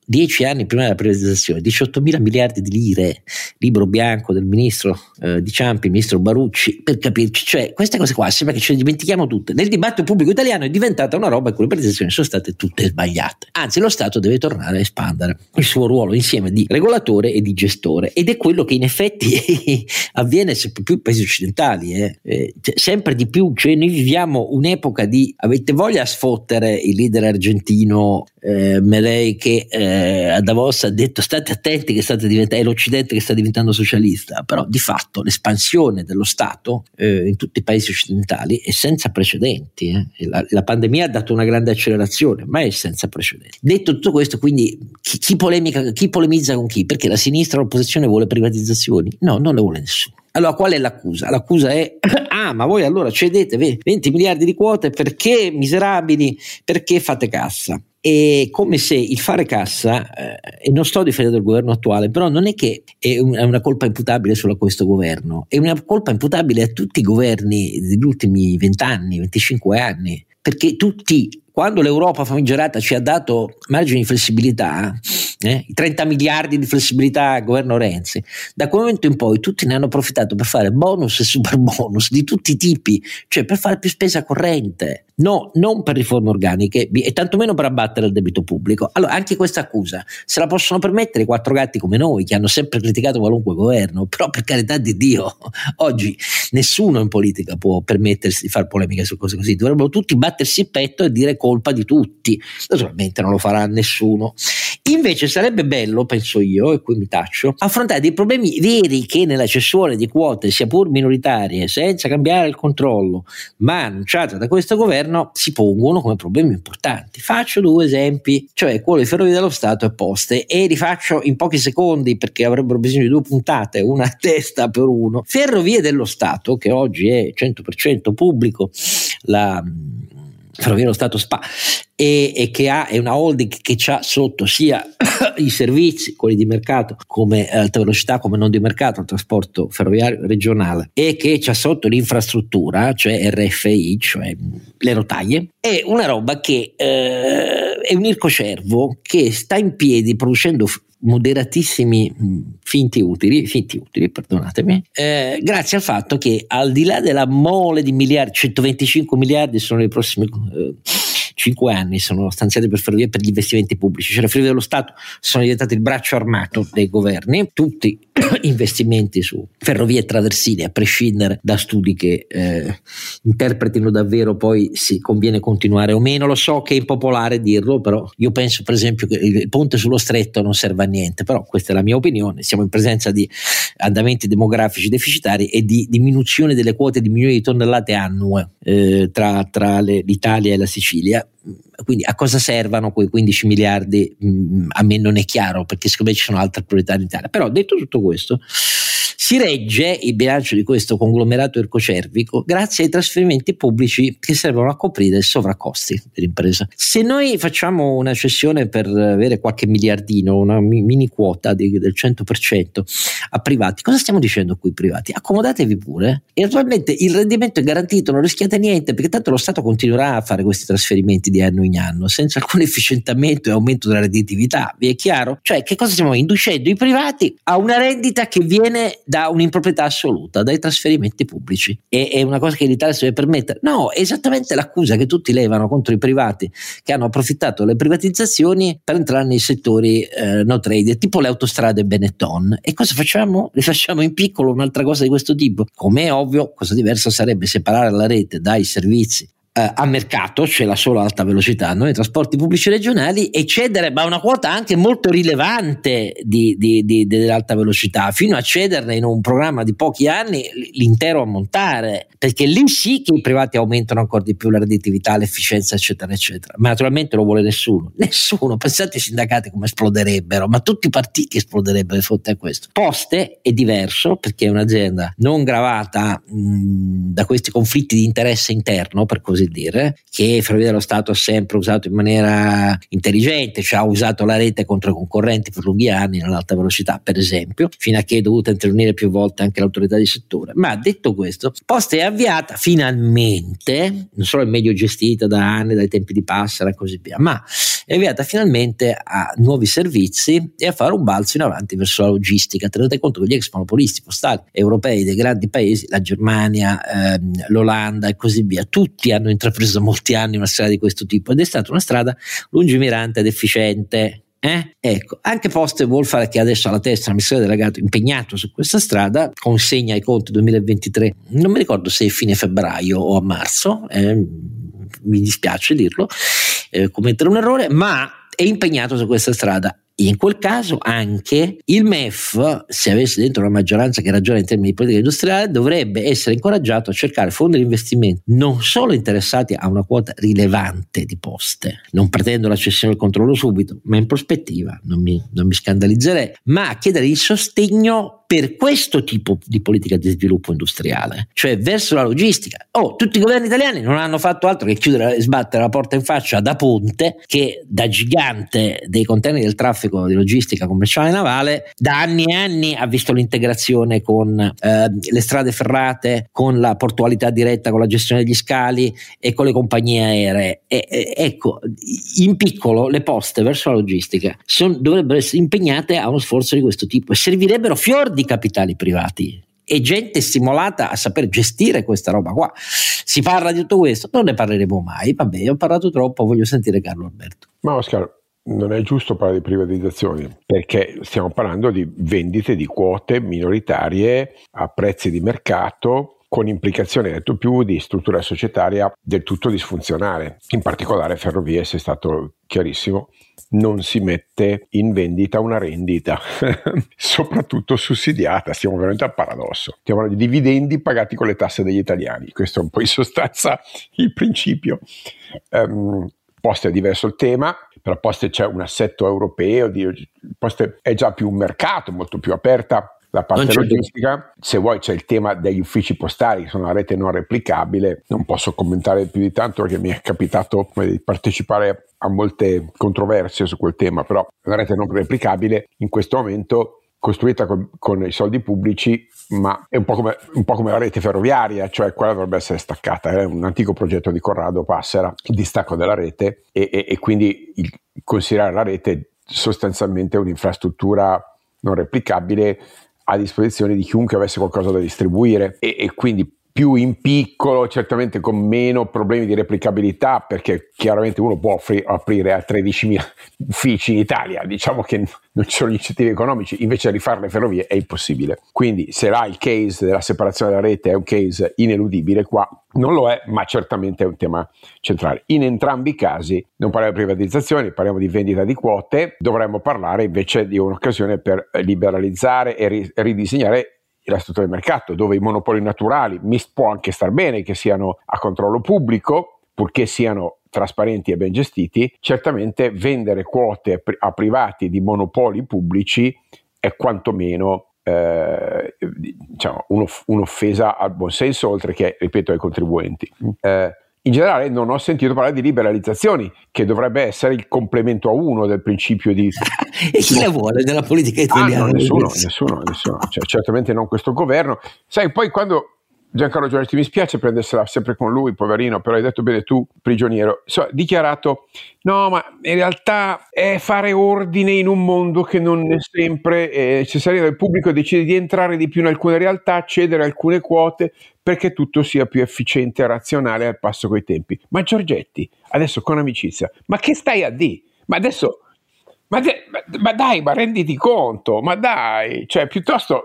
10 anni prima della privatizzazione, 18.000 miliardi di lire, libro bianco del ministro Di Ciampi, il ministro Barucci, per capirci, cioè queste cose qua sembra che ce le dimentichiamo tutte. Nel dibattito pubblico italiano è diventata una roba in cui le privatizzazioni sono state tutte sbagliate, anzi lo Stato deve tornare a espandere il suo ruolo insieme di regolatore e di gestore, ed è quello che in effetti avviene sempre più in paesi occidentali, sempre di più, cioè noi viviamo un'epoca di avete voglia a sfottere il leader argentino Milei che a Davos ha detto state attenti che è l'Occidente che sta diventando socialista, però di fatto l'espansione dello Stato in tutti i paesi occidentali è senza precedenti, la pandemia ha dato una grande accelerazione, ma è senza precedenti. Detto tutto questo, quindi chi polemizza con chi? Perché la sinistra, l'opposizione vuole privatizzazioni? No, non le vuole nessuno. Allora qual è l'accusa? L'accusa è ma voi allora cedete 20 miliardi di quote perché miserabili, perché fate cassa. È come se il fare cassa, e non sto difendendo il governo attuale, però non è che è una colpa imputabile solo a questo governo, è una colpa imputabile a tutti i governi degli ultimi 20 anni, 25 anni, perché tutti, quando l'Europa famigerata ci ha dato margini di flessibilità, i 30 miliardi di flessibilità al governo Renzi, da quel momento in poi tutti ne hanno approfittato per fare bonus e super bonus di tutti i tipi, cioè per fare più spesa corrente, no, non per riforme organiche e tantomeno per abbattere il debito pubblico. Allora anche questa accusa se la possono permettere i quattro gatti come noi che hanno sempre criticato qualunque governo, però per carità di Dio oggi nessuno in politica può permettersi di fare polemiche su cose così, dovrebbero tutti battersi il petto e dire colpa di tutti, naturalmente non lo farà nessuno. Invece sarebbe bello, penso io, e qui mi taccio, affrontare dei problemi veri che nella cessione di quote, sia pur minoritarie, senza cambiare il controllo, ma annunciate da questo governo, si pongono come problemi importanti. Faccio due esempi, cioè quello di Ferrovie dello Stato e Poste, e li faccio in pochi secondi perché avrebbero bisogno di 2 puntate, una a testa per uno. Ferrovie dello Stato, che oggi è 100% pubblico, la Ferrovie dello Stato SpA, e che è una holding che ha sotto sia i servizi, quelli di mercato, come alta velocità, come non di mercato, il trasporto ferroviario regionale, e che ha sotto l'infrastruttura, cioè RFI, cioè le rotaie, è una roba che è un ircocervo che sta in piedi producendo moderatissimi finti utili, perdonatemi, grazie al fatto che al di là della mole di miliardi, 125 miliardi sono i prossimi 5 anni sono stanziati per ferrovie per gli investimenti pubblici, cioè le Ferrovie dello Stato sono diventate il braccio armato dei governi, tutti investimenti su ferrovie e traversine, a prescindere da studi che interpretino davvero poi se conviene continuare o meno. Lo so che è impopolare dirlo, però io penso per esempio che il ponte sullo stretto non serva a niente, però questa è la mia opinione. Siamo in presenza di andamenti demografici deficitari e di diminuzione delle quote di milioni di tonnellate annue tra l'Italia e la Sicilia. Quindi a cosa servano quei 15 miliardi? A me non è chiaro, perché secondo me ci sono altre priorità in Italia. Però detto tutto questo, si regge il bilancio di questo conglomerato ircocervico grazie ai trasferimenti pubblici che servono a coprire i sovraccosti dell'impresa. Se noi facciamo una cessione per avere qualche miliardino, una mini quota del 100% a privati, cosa stiamo dicendo qui privati? Accomodatevi pure, e naturalmente il rendimento è garantito, non rischiate niente, perché tanto lo Stato continuerà a fare questi trasferimenti di anno in anno senza alcun efficientamento e aumento della redditività. Vi è chiaro? Cioè, che cosa stiamo inducendo i privati a una rendita che viene da un'improprietà assoluta, dai trasferimenti pubblici? È una cosa che l'Italia si deve permettere? No, è esattamente l'accusa che tutti levano contro i privati che hanno approfittato delle privatizzazioni per entrare nei settori no trade, tipo le autostrade Benetton. E cosa facciamo? Le facciamo in piccolo un'altra cosa di questo tipo. Come è ovvio, cosa diversa sarebbe separare la rete dai servizi a mercato, cioè la sola alta velocità, no? I trasporti pubblici regionali, e cedere ma una quota anche molto rilevante dell'alta velocità, fino a cederne in un programma di pochi anni l'intero ammontare, perché lì sì che i privati aumentano ancora di più la redditività, l'efficienza eccetera eccetera, ma naturalmente lo vuole nessuno. Pensate ai sindacati come esploderebbero, ma tutti i partiti esploderebbero di fronte a questo. Poste è diverso perché è un'azienda non gravata da questi conflitti di interesse interno, per così dire, che Ferrovie dello Stato ha sempre usato in maniera intelligente, cioè ha usato la rete contro i concorrenti per lunghi anni nell'alta velocità, per esempio, fino a che è dovuta intervenire più volte anche l'autorità di settore. Ma detto questo, Poste è avviata finalmente, non solo è meglio gestita da anni, dai tempi di Passera e così via, ma è avviata finalmente a nuovi servizi e a fare un balzo in avanti verso la logistica. Tenete conto che gli ex monopolisti postali europei dei grandi paesi, la Germania, l'Olanda e così via, tutti hanno intrapreso da molti anni una strada di questo tipo, ed è stata una strada lungimirante ed efficiente. Ecco, anche Poste vuol fare, che adesso alla testa l'amministratore delegato impegnato su questa strada, consegna i conti 2023, non mi ricordo se è fine febbraio o a marzo, mi dispiace dirlo, commettere un errore, ma è impegnato su questa strada. In quel caso anche il MEF, se avesse dentro una maggioranza che ragiona in termini di politica industriale, dovrebbe essere incoraggiato a cercare fondi di investimento non solo interessati a una quota rilevante di Poste, non pretendo la cessione del controllo subito, ma in prospettiva non mi scandalizzerei, ma a chiedere il sostegno per questo tipo di politica di sviluppo industriale, cioè verso la logistica. Tutti i governi italiani non hanno fatto altro che chiudere e sbattere la porta in faccia da Ponte, che da gigante dei container del traffico di logistica commerciale navale da anni e anni ha visto l'integrazione con le strade ferrate, con la portualità diretta, con la gestione degli scali e con le compagnie aeree. Ecco, in piccolo le Poste verso la logistica dovrebbero essere impegnate a uno sforzo di questo tipo, e servirebbero fior di capitali privati e gente stimolata a saper gestire questa roba qua. Si parla di tutto questo, non ne parleremo mai. Vabbè, io ho parlato troppo, voglio sentire Carlo Alberto. Ma Oscar, non è giusto parlare di privatizzazioni, perché stiamo parlando di vendite di quote minoritarie a prezzi di mercato, con implicazioni, detto più, di struttura societaria del tutto disfunzionale. In particolare Ferrovie, se è stato chiarissimo, non si mette in vendita una rendita, soprattutto sussidiata. Stiamo veramente al paradosso. Stiamo parlando di dividendi pagati con le tasse degli italiani. Questo è un po' in sostanza il principio. Poste è diverso il tema, per Poste c'è un assetto europeo, Poste è già più un mercato, molto più aperta la parte logistica. Se vuoi c'è il tema degli uffici postali, che sono una rete non replicabile. Non posso commentare più di tanto perché mi è capitato di partecipare a molte controversie su quel tema, però una rete non replicabile in questo momento costruita con i soldi pubblici, ma è un po' come la rete ferroviaria, cioè quella dovrebbe essere staccata. È un antico progetto di Corrado Passera, il distacco della rete, e quindi considerare la rete sostanzialmente un'infrastruttura non replicabile a disposizione di chiunque avesse qualcosa da distribuire, e quindi più in piccolo, certamente con meno problemi di replicabilità, perché chiaramente uno può aprire a 13.000 uffici in Italia, diciamo che non ci sono gli incentivi economici, invece rifare le ferrovie è impossibile. Quindi se là il case della separazione della rete è un case ineludibile, qua non lo è, ma certamente è un tema centrale. In entrambi i casi non parliamo di privatizzazioni, parliamo di vendita di quote. Dovremmo parlare invece di un'occasione per liberalizzare e ridisegnare la struttura del mercato, dove i monopoli naturali può anche star bene che siano a controllo pubblico, purché siano trasparenti e ben gestiti. Certamente vendere quote a privati di monopoli pubblici è quantomeno diciamo un'offesa al buonsenso, oltre che, ripeto, ai contribuenti. In generale non ho sentito parlare di liberalizzazioni, che dovrebbe essere il complemento a uno del principio di... E chi la vuole nella politica italiana? No, nessuno. Cioè, certamente non questo governo. Sai, poi quando Giancarlo Giorgetti, mi spiace prendersela sempre con lui, poverino, però hai detto bene tu, prigioniero, ha dichiarato: no, ma in realtà è fare ordine in un mondo che non è sempre necessario. Il pubblico decide di entrare di più in alcune realtà, cedere alcune quote, perché tutto sia più efficiente e razionale al passo coi tempi. Ma Giorgetti, adesso con amicizia, ma che stai a dire? Ma adesso, ma dai, ma renditi conto, ma dai, cioè piuttosto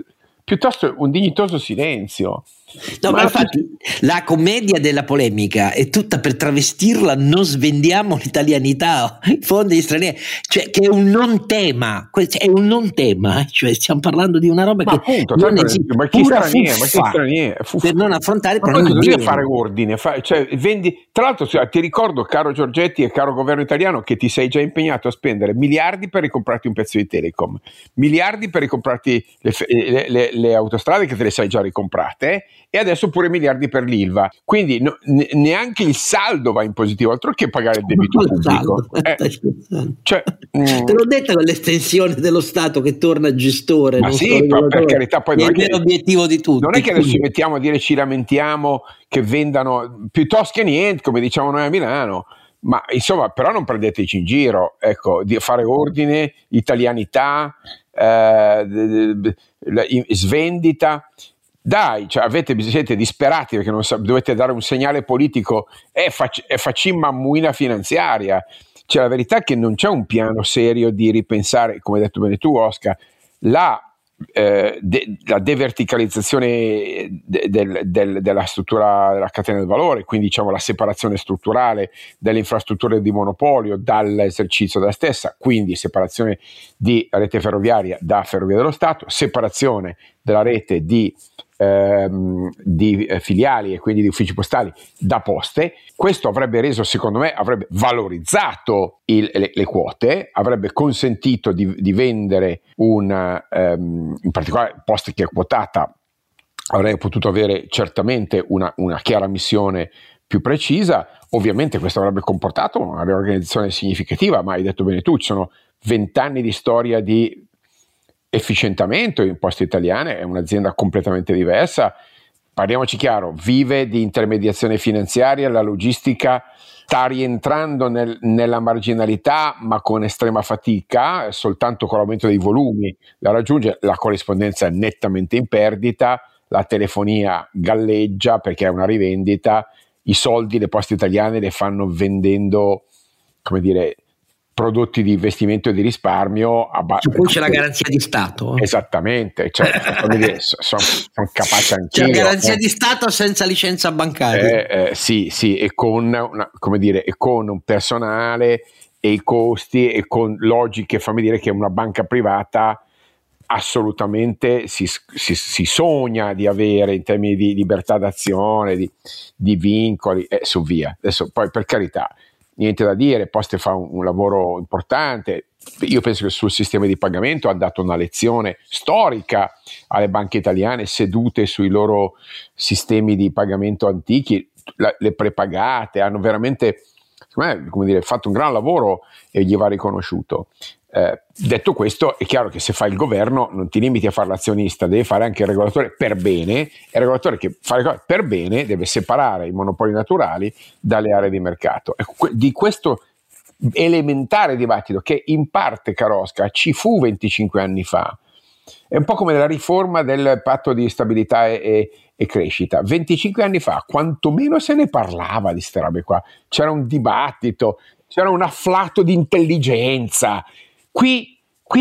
un dignitoso silenzio. No, ma infatti la commedia della polemica è tutta per travestirla: non svendiamo l'italianità, i fondi agli stranieri, cioè che è un non tema, cioè stiamo parlando di una roba, ma che appunto, non esiste, ma chi stranieri, per non affrontare il problema. Ma devi fare ordine, cioè vendi. Tra l'altro ti ricordo, caro Giorgetti e caro governo italiano, che ti sei già impegnato a spendere miliardi per ricomprarti un pezzo di Telecom, miliardi per ricomprarti le autostrade, che te le sei già ricomprate, e adesso pure miliardi per l'Ilva. Quindi neanche il saldo va in positivo, altro che pagare il debito pubblico. Te l'ho detto, l'estensione dello Stato che torna gestore. Ma sì, per carità, poi è il vero obiettivo di tutti. Non è che adesso ci mettiamo a dire ci lamentiamo che vendano, piuttosto che niente, come diciamo noi a Milano. ma insomma, però non prendeteci in giro, ecco, di fare ordine, italianità, svendita. Dai, cioè siete disperati perché dovete dare un segnale politico, facciamo mammuina finanziaria. Cioè, la verità è che non c'è un piano serio di ripensare, come hai detto bene tu, Oscar, la deverticalizzazione della struttura della catena del valore, quindi diciamo la separazione strutturale delle infrastrutture di monopolio dall'esercizio della stessa, quindi separazione di rete ferroviaria da Ferrovie dello Stato, separazione della rete di filiali e quindi di uffici postali da Poste. Questo avrebbe reso, secondo me, avrebbe valorizzato le quote, avrebbe consentito di vendere in particolare Poste che è quotata, avrebbe potuto avere certamente una chiara missione più precisa. Ovviamente questo avrebbe comportato una riorganizzazione significativa, ma hai detto bene tu, ci sono 20 anni di storia di efficientamento in Poste Italiane, è un'azienda completamente diversa, parliamoci chiaro, vive di intermediazione finanziaria, la logistica sta rientrando nella marginalità, ma con estrema fatica, soltanto con l'aumento dei volumi la raggiunge, la corrispondenza è nettamente in perdita, la telefonia galleggia perché è una rivendita, i soldi le Poste Italiane le fanno vendendo, come dire, prodotti di investimento e di risparmio. Su cui c'è la garanzia di Stato. Esattamente, cioè, sono capace anch'io. C'è la garanzia di Stato senza licenza bancaria. Sì, e con un personale e i costi e con logiche, fammi dire che una banca privata assolutamente si sogna di avere in termini di libertà d'azione, di vincoli e su via. Adesso poi, per carità, niente da dire, Poste fa un lavoro importante. Io penso che sul sistema di pagamento ha dato una lezione storica alle banche italiane sedute sui loro sistemi di pagamento antichi, le prepagate, hanno veramente, secondo me, come dire, fatto un gran lavoro e gli va riconosciuto. Detto questo, è chiaro che se fai il governo non ti limiti a fare l'azionista, devi fare anche il regolatore per bene, e il regolatore che fa le cose per bene deve separare i monopoli naturali dalle aree di mercato. Di questo elementare dibattito, che in parte, caro Oscar, ci fu 25 anni fa, è un po' come la riforma del patto di stabilità e crescita. 25 anni fa quantomeno se ne parlava di queste robe qua, c'era un dibattito, c'era un afflato di intelligenza. Qui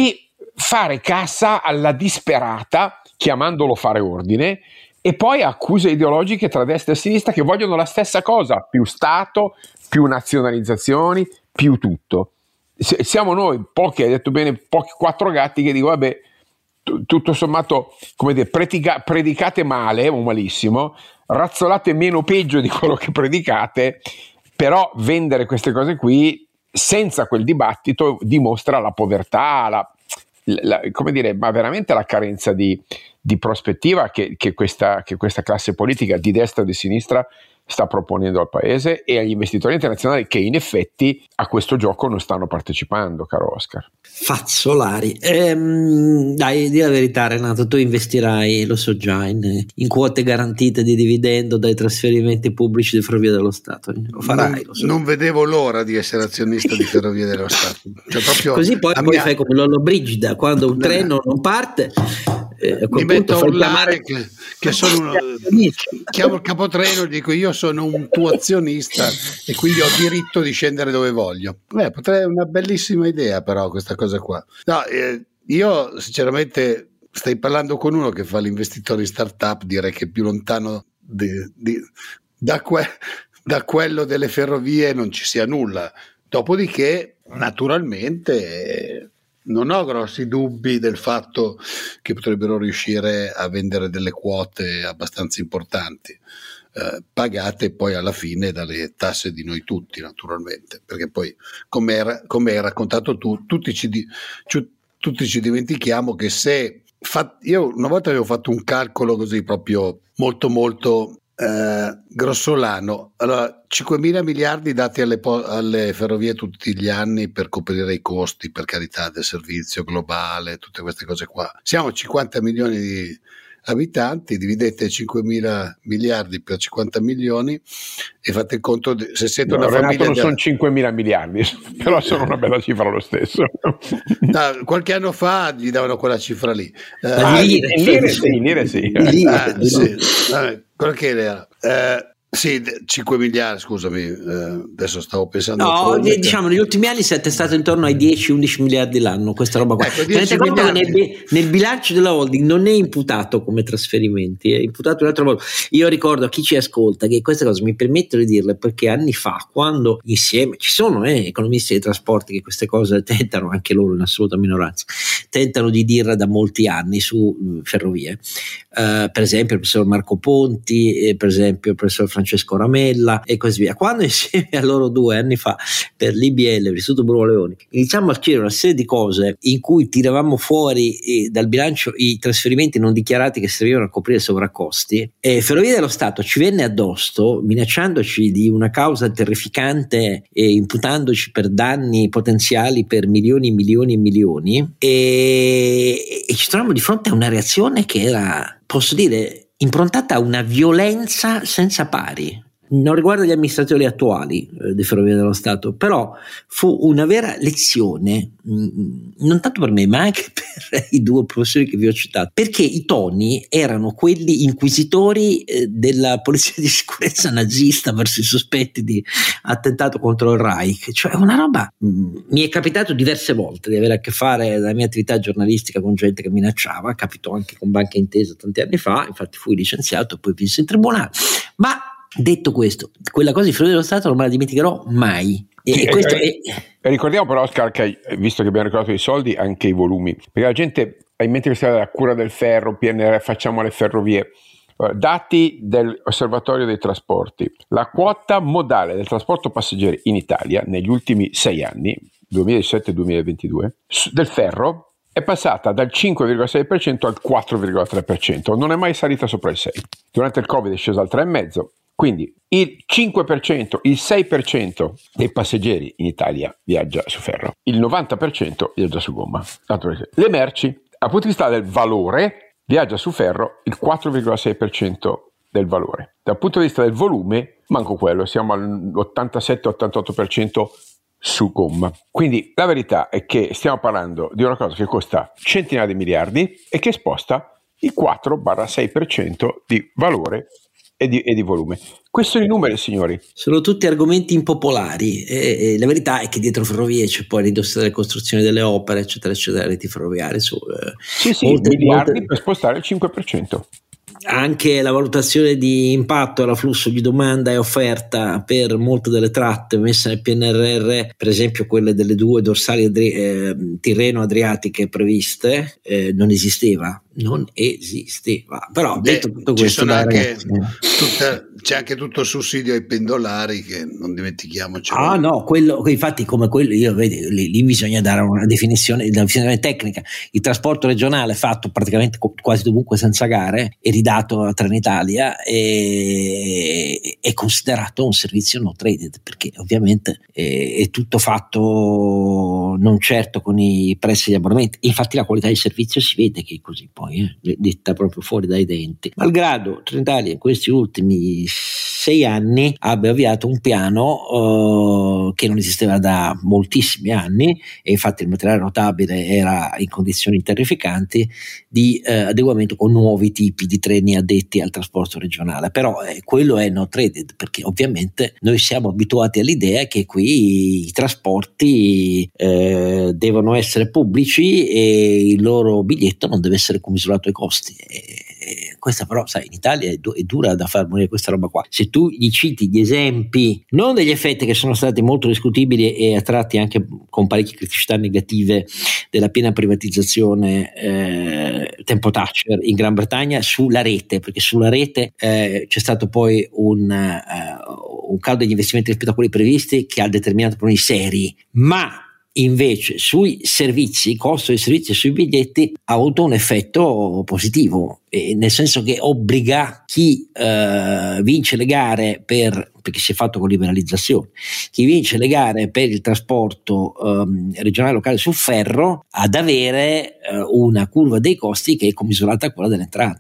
fare cassa alla disperata, chiamandolo fare ordine, e poi accuse ideologiche tra destra e sinistra che vogliono la stessa cosa, più Stato, più nazionalizzazioni, più tutto. Siamo noi, pochi, hai detto bene, pochi quattro gatti che dicono, vabbè, tutto sommato, come dire, predicate male o malissimo, razzolate meno peggio di quello che predicate, però vendere queste cose qui senza quel dibattito dimostra la povertà, come dire, ma veramente la carenza di prospettiva che questa classe politica di destra o di sinistra sta proponendo al paese e agli investitori internazionali che in effetti a questo gioco non stanno partecipando, caro Oscar. Fazzolari. Dai, di la verità, Renato, tu investirai, lo so già, in quote garantite di dividendo dai trasferimenti pubblici di Ferrovie dello Stato. Lo farai. Non vedevo l'ora di essere azionista di Ferrovie dello Stato. Cioè, proprio così poi fai come Lollobrigida, quando un treno non parte. Mi metto a urlare che sono chiamo il capotreno e dico io sono un tuo azionista e quindi ho diritto di scendere dove voglio. Potrei, una bellissima idea però questa cosa qua. No, io sinceramente, stai parlando con uno che fa l'investitore in startup, direi che più lontano da quello delle ferrovie non ci sia nulla. Dopodiché naturalmente non ho grossi dubbi del fatto che potrebbero riuscire a vendere delle quote abbastanza importanti, pagate poi alla fine dalle tasse di noi tutti, naturalmente, perché poi come hai raccontato tu, tutti ci dimentichiamo che io una volta avevo fatto un calcolo così proprio molto grossolano. Allora, 5.000 miliardi dati alle ferrovie tutti gli anni per coprire i costi, per carità, del servizio globale, tutte queste cose qua. Siamo 50 milioni abitanti, dividete 5.000 miliardi per 50 milioni e fate il conto se siete una Renato, famiglia non sono 5.000 miliardi, però sono una bella cifra lo stesso. Qualche anno fa gli davano quella cifra lì. In lire sì. Quello che era. Sì, 5 miliardi, scusami, adesso stavo pensando. No, diciamo negli ultimi anni si è attestato intorno ai 10-11 miliardi l'anno, questa roba qua. Ecco, tenete conto che nel bilancio della holding non è imputato come trasferimenti, è imputato un altro modo. Io ricordo a chi ci ascolta che queste cose mi permetto di dirle perché anni fa, quando insieme ci sono economisti dei trasporti che queste cose tentano, anche loro in assoluta minoranza, tentano di dirle da molti anni su ferrovie, per esempio il professor Marco Ponti, per esempio il professor Francesco Ramella e così via. Quando insieme a loro 2 anni fa per l'IBL, l'Istituto Bruno Leoni, iniziamo a scrivere una serie di cose in cui tiravamo fuori dal bilancio i trasferimenti non dichiarati che servivano a coprire sovraccosti, Ferrovie dello Stato ci venne addosso minacciandoci di una causa terrificante e imputandoci per danni potenziali per milioni e milioni e milioni, e ci troviamo di fronte a una reazione che era, posso dire, improntata a una violenza senza pari. Non riguarda gli amministratori attuali di Ferrovie dello Stato, però fu una vera lezione, non tanto per me ma anche per i 2 professori che vi ho citato, perché i toni erano quelli inquisitori della polizia di sicurezza nazista verso i sospetti di attentato contro il Reich. Cioè una roba, mi è capitato diverse volte di avere a che fare nella mia attività giornalistica con gente che minacciava, capitò anche con Banca Intesa tanti anni fa, infatti fui licenziato e poi vinsi in tribunale, ma detto questo, quella cosa di Ferrovie dello Stato non me la dimenticherò mai. Ricordiamo però, Oscar, che visto che abbiamo ricordato i soldi, anche i volumi, perché la gente ha in mente che sia la cura del ferro, PNRR, facciamo le ferrovie. Dati dell'Osservatorio dei Trasporti: la quota modale del trasporto passeggeri in Italia negli ultimi 6 anni, 2017-2022, del ferro è passata dal 5,6% al 4,3%, non è mai salita sopra il 6%. Durante il Covid è scesa al 3,5%. Quindi il 5%, il 6% dei passeggeri in Italia viaggia su ferro, il 90% viaggia su gomma. Le merci, dal punto di vista del valore, viaggia su ferro il 4,6% del valore. Dal punto di vista del volume, manco quello, siamo all'87-88% su gomma. Quindi la verità è che stiamo parlando di una cosa che costa centinaia di miliardi e che sposta il 4-6% di valore e di volume. Questi sono i numeri, signori. Sono tutti argomenti impopolari e la verità è che dietro Ferrovie c'è poi l'industria delle costruzioni delle opere, eccetera, eccetera, reti ferroviarie. Miliardi per spostare il 5%. Anche la valutazione di impatto alla flusso di domanda e offerta per molte delle tratte messe nel PNRR, per esempio quelle delle 2 dorsali Tirreno-Adriatiche previste, non esisteva. Però detto tutto questo, c'è anche tutto il sussidio ai pendolari, che non dimentichiamoci. Quello infatti, come quello, io vedi lì bisogna dare una definizione tecnica. Il trasporto regionale fatto praticamente quasi dovunque senza gare e ridato a Trenitalia è considerato un servizio no traded, perché ovviamente è tutto fatto non certo con i prezzi di abbonamento. Infatti la qualità del servizio si vede che è così, poi detta proprio fuori dai denti, malgrado Trenitalia in questi ultimi 6 anni abbia avviato un piano che non esisteva da moltissimi anni, e infatti il materiale rotabile era in condizioni terrificanti, di adeguamento con nuovi tipi di treni addetti al trasporto regionale. Però quello è no traded, perché ovviamente noi siamo abituati all'idea che qui i trasporti devono essere pubblici e il loro biglietto non deve essere commisurato ai costi. Questa però, sai, in Italia è dura da far morire questa roba qua. Se tu gli citi gli esempi, non degli effetti che sono stati molto discutibili e a tratti anche con parecchie criticità negative della piena privatizzazione tempo Thatcher in Gran Bretagna, sulla rete, perché sulla rete c'è stato poi un calo degli investimenti rispetto a quelli previsti che ha determinato problemi seri, ma invece sui servizi, il costo dei servizi e sui biglietti ha avuto un effetto positivo, nel senso che obbliga chi vince le gare perché si è fatto con liberalizzazione, chi vince le gare per il trasporto regionale locale su ferro ad avere una curva dei costi che è commisurata a quella delle entrate.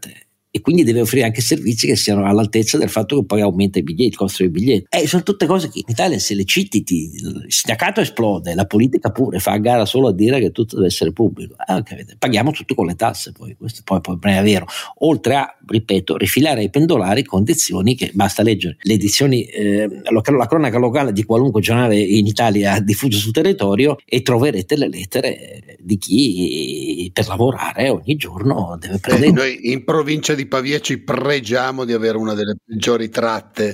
e quindi deve offrire anche servizi che siano all'altezza del fatto che poi aumenta il costo dei biglietti. Sono tutte cose che in Italia, se le citi, il sindacato esplode, la politica pure fa a gara solo a dire che tutto deve essere pubblico. Paghiamo tutti con le tasse, poi questo poi è vero, oltre a, ripeto, rifilare ai pendolari condizioni che basta leggere le edizioni, la cronaca locale di qualunque giornale in Italia diffuso sul territorio e troverete le lettere di chi per lavorare ogni giorno deve prendere. Noi in provincia di Pavia ci pregiamo di avere una delle peggiori tratte,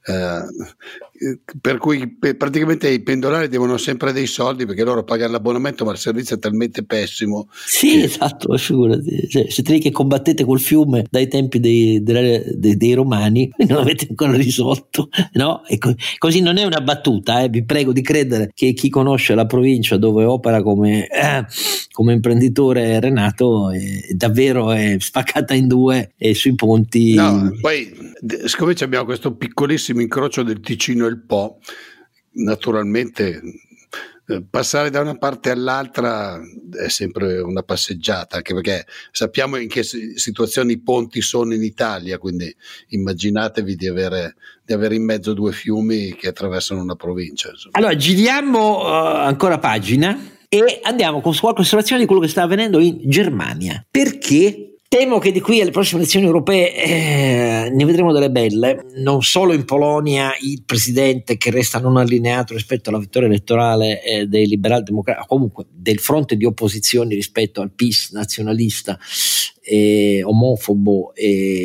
per cui praticamente i pendolari devono sempre dei soldi perché loro pagano l'abbonamento, ma il servizio è talmente pessimo. Sì, esatto, figurati. Siete lì che combattete col fiume dai tempi dei romani e non avete ancora risolto, no? E così non è una battuta, vi prego di credere che chi conosce la provincia dove opera come imprenditore Renato davvero è spaccata in due e sui ponti. No, poi siccome abbiamo questo piccolissimo incrocio del Ticino e il Po, naturalmente passare da una parte all'altra è sempre una passeggiata, anche perché sappiamo in che situazioni i ponti sono in Italia, quindi immaginatevi di avere in mezzo due fiumi che attraversano una provincia, insomma. Allora giriamo ancora pagina e andiamo con qualche osservazione di quello che sta avvenendo in Germania, perché temo che di qui alle prossime elezioni europee ne vedremo delle belle, non solo in Polonia il presidente che resta non allineato rispetto alla vittoria elettorale dei liberal democratici, comunque del fronte di opposizioni rispetto al PiS nazionalista omofobo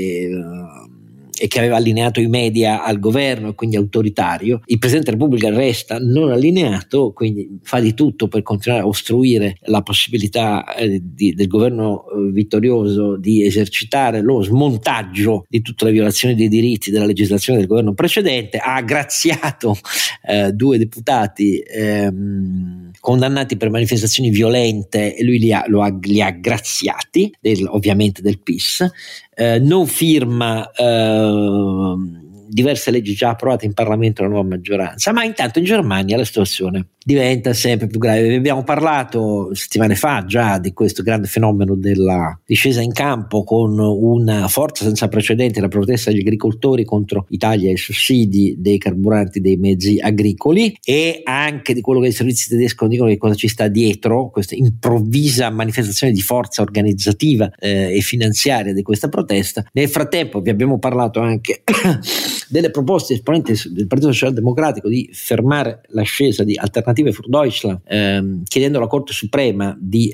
e che aveva allineato i media al governo e quindi autoritario. Il Presidente della Repubblica resta non allineato, quindi fa di tutto per continuare a ostruire la possibilità del governo vittorioso di esercitare lo smontaggio di tutte le violazioni dei diritti della legislazione del governo precedente. Ha graziato 2 deputati condannati per manifestazioni violente e lui li ha graziati, ovviamente del PiS. Non firma diverse leggi già approvate in Parlamento dalla nuova maggioranza, ma intanto in Germania la situazione diventa sempre più grave. Vi abbiamo parlato settimane fa già di questo grande fenomeno della discesa in campo con una forza senza precedenti, la protesta degli agricoltori contro i tagli ai sussidi dei carburanti dei mezzi agricoli, e anche di quello che i servizi tedeschi dicono che cosa ci sta dietro questa improvvisa manifestazione di forza organizzativa e finanziaria di questa protesta. Nel frattempo vi abbiamo parlato anche delle proposte esponenti del Partito Socialdemocratico di fermare l'ascesa di Alternative für Deutschland, chiedendo alla Corte Suprema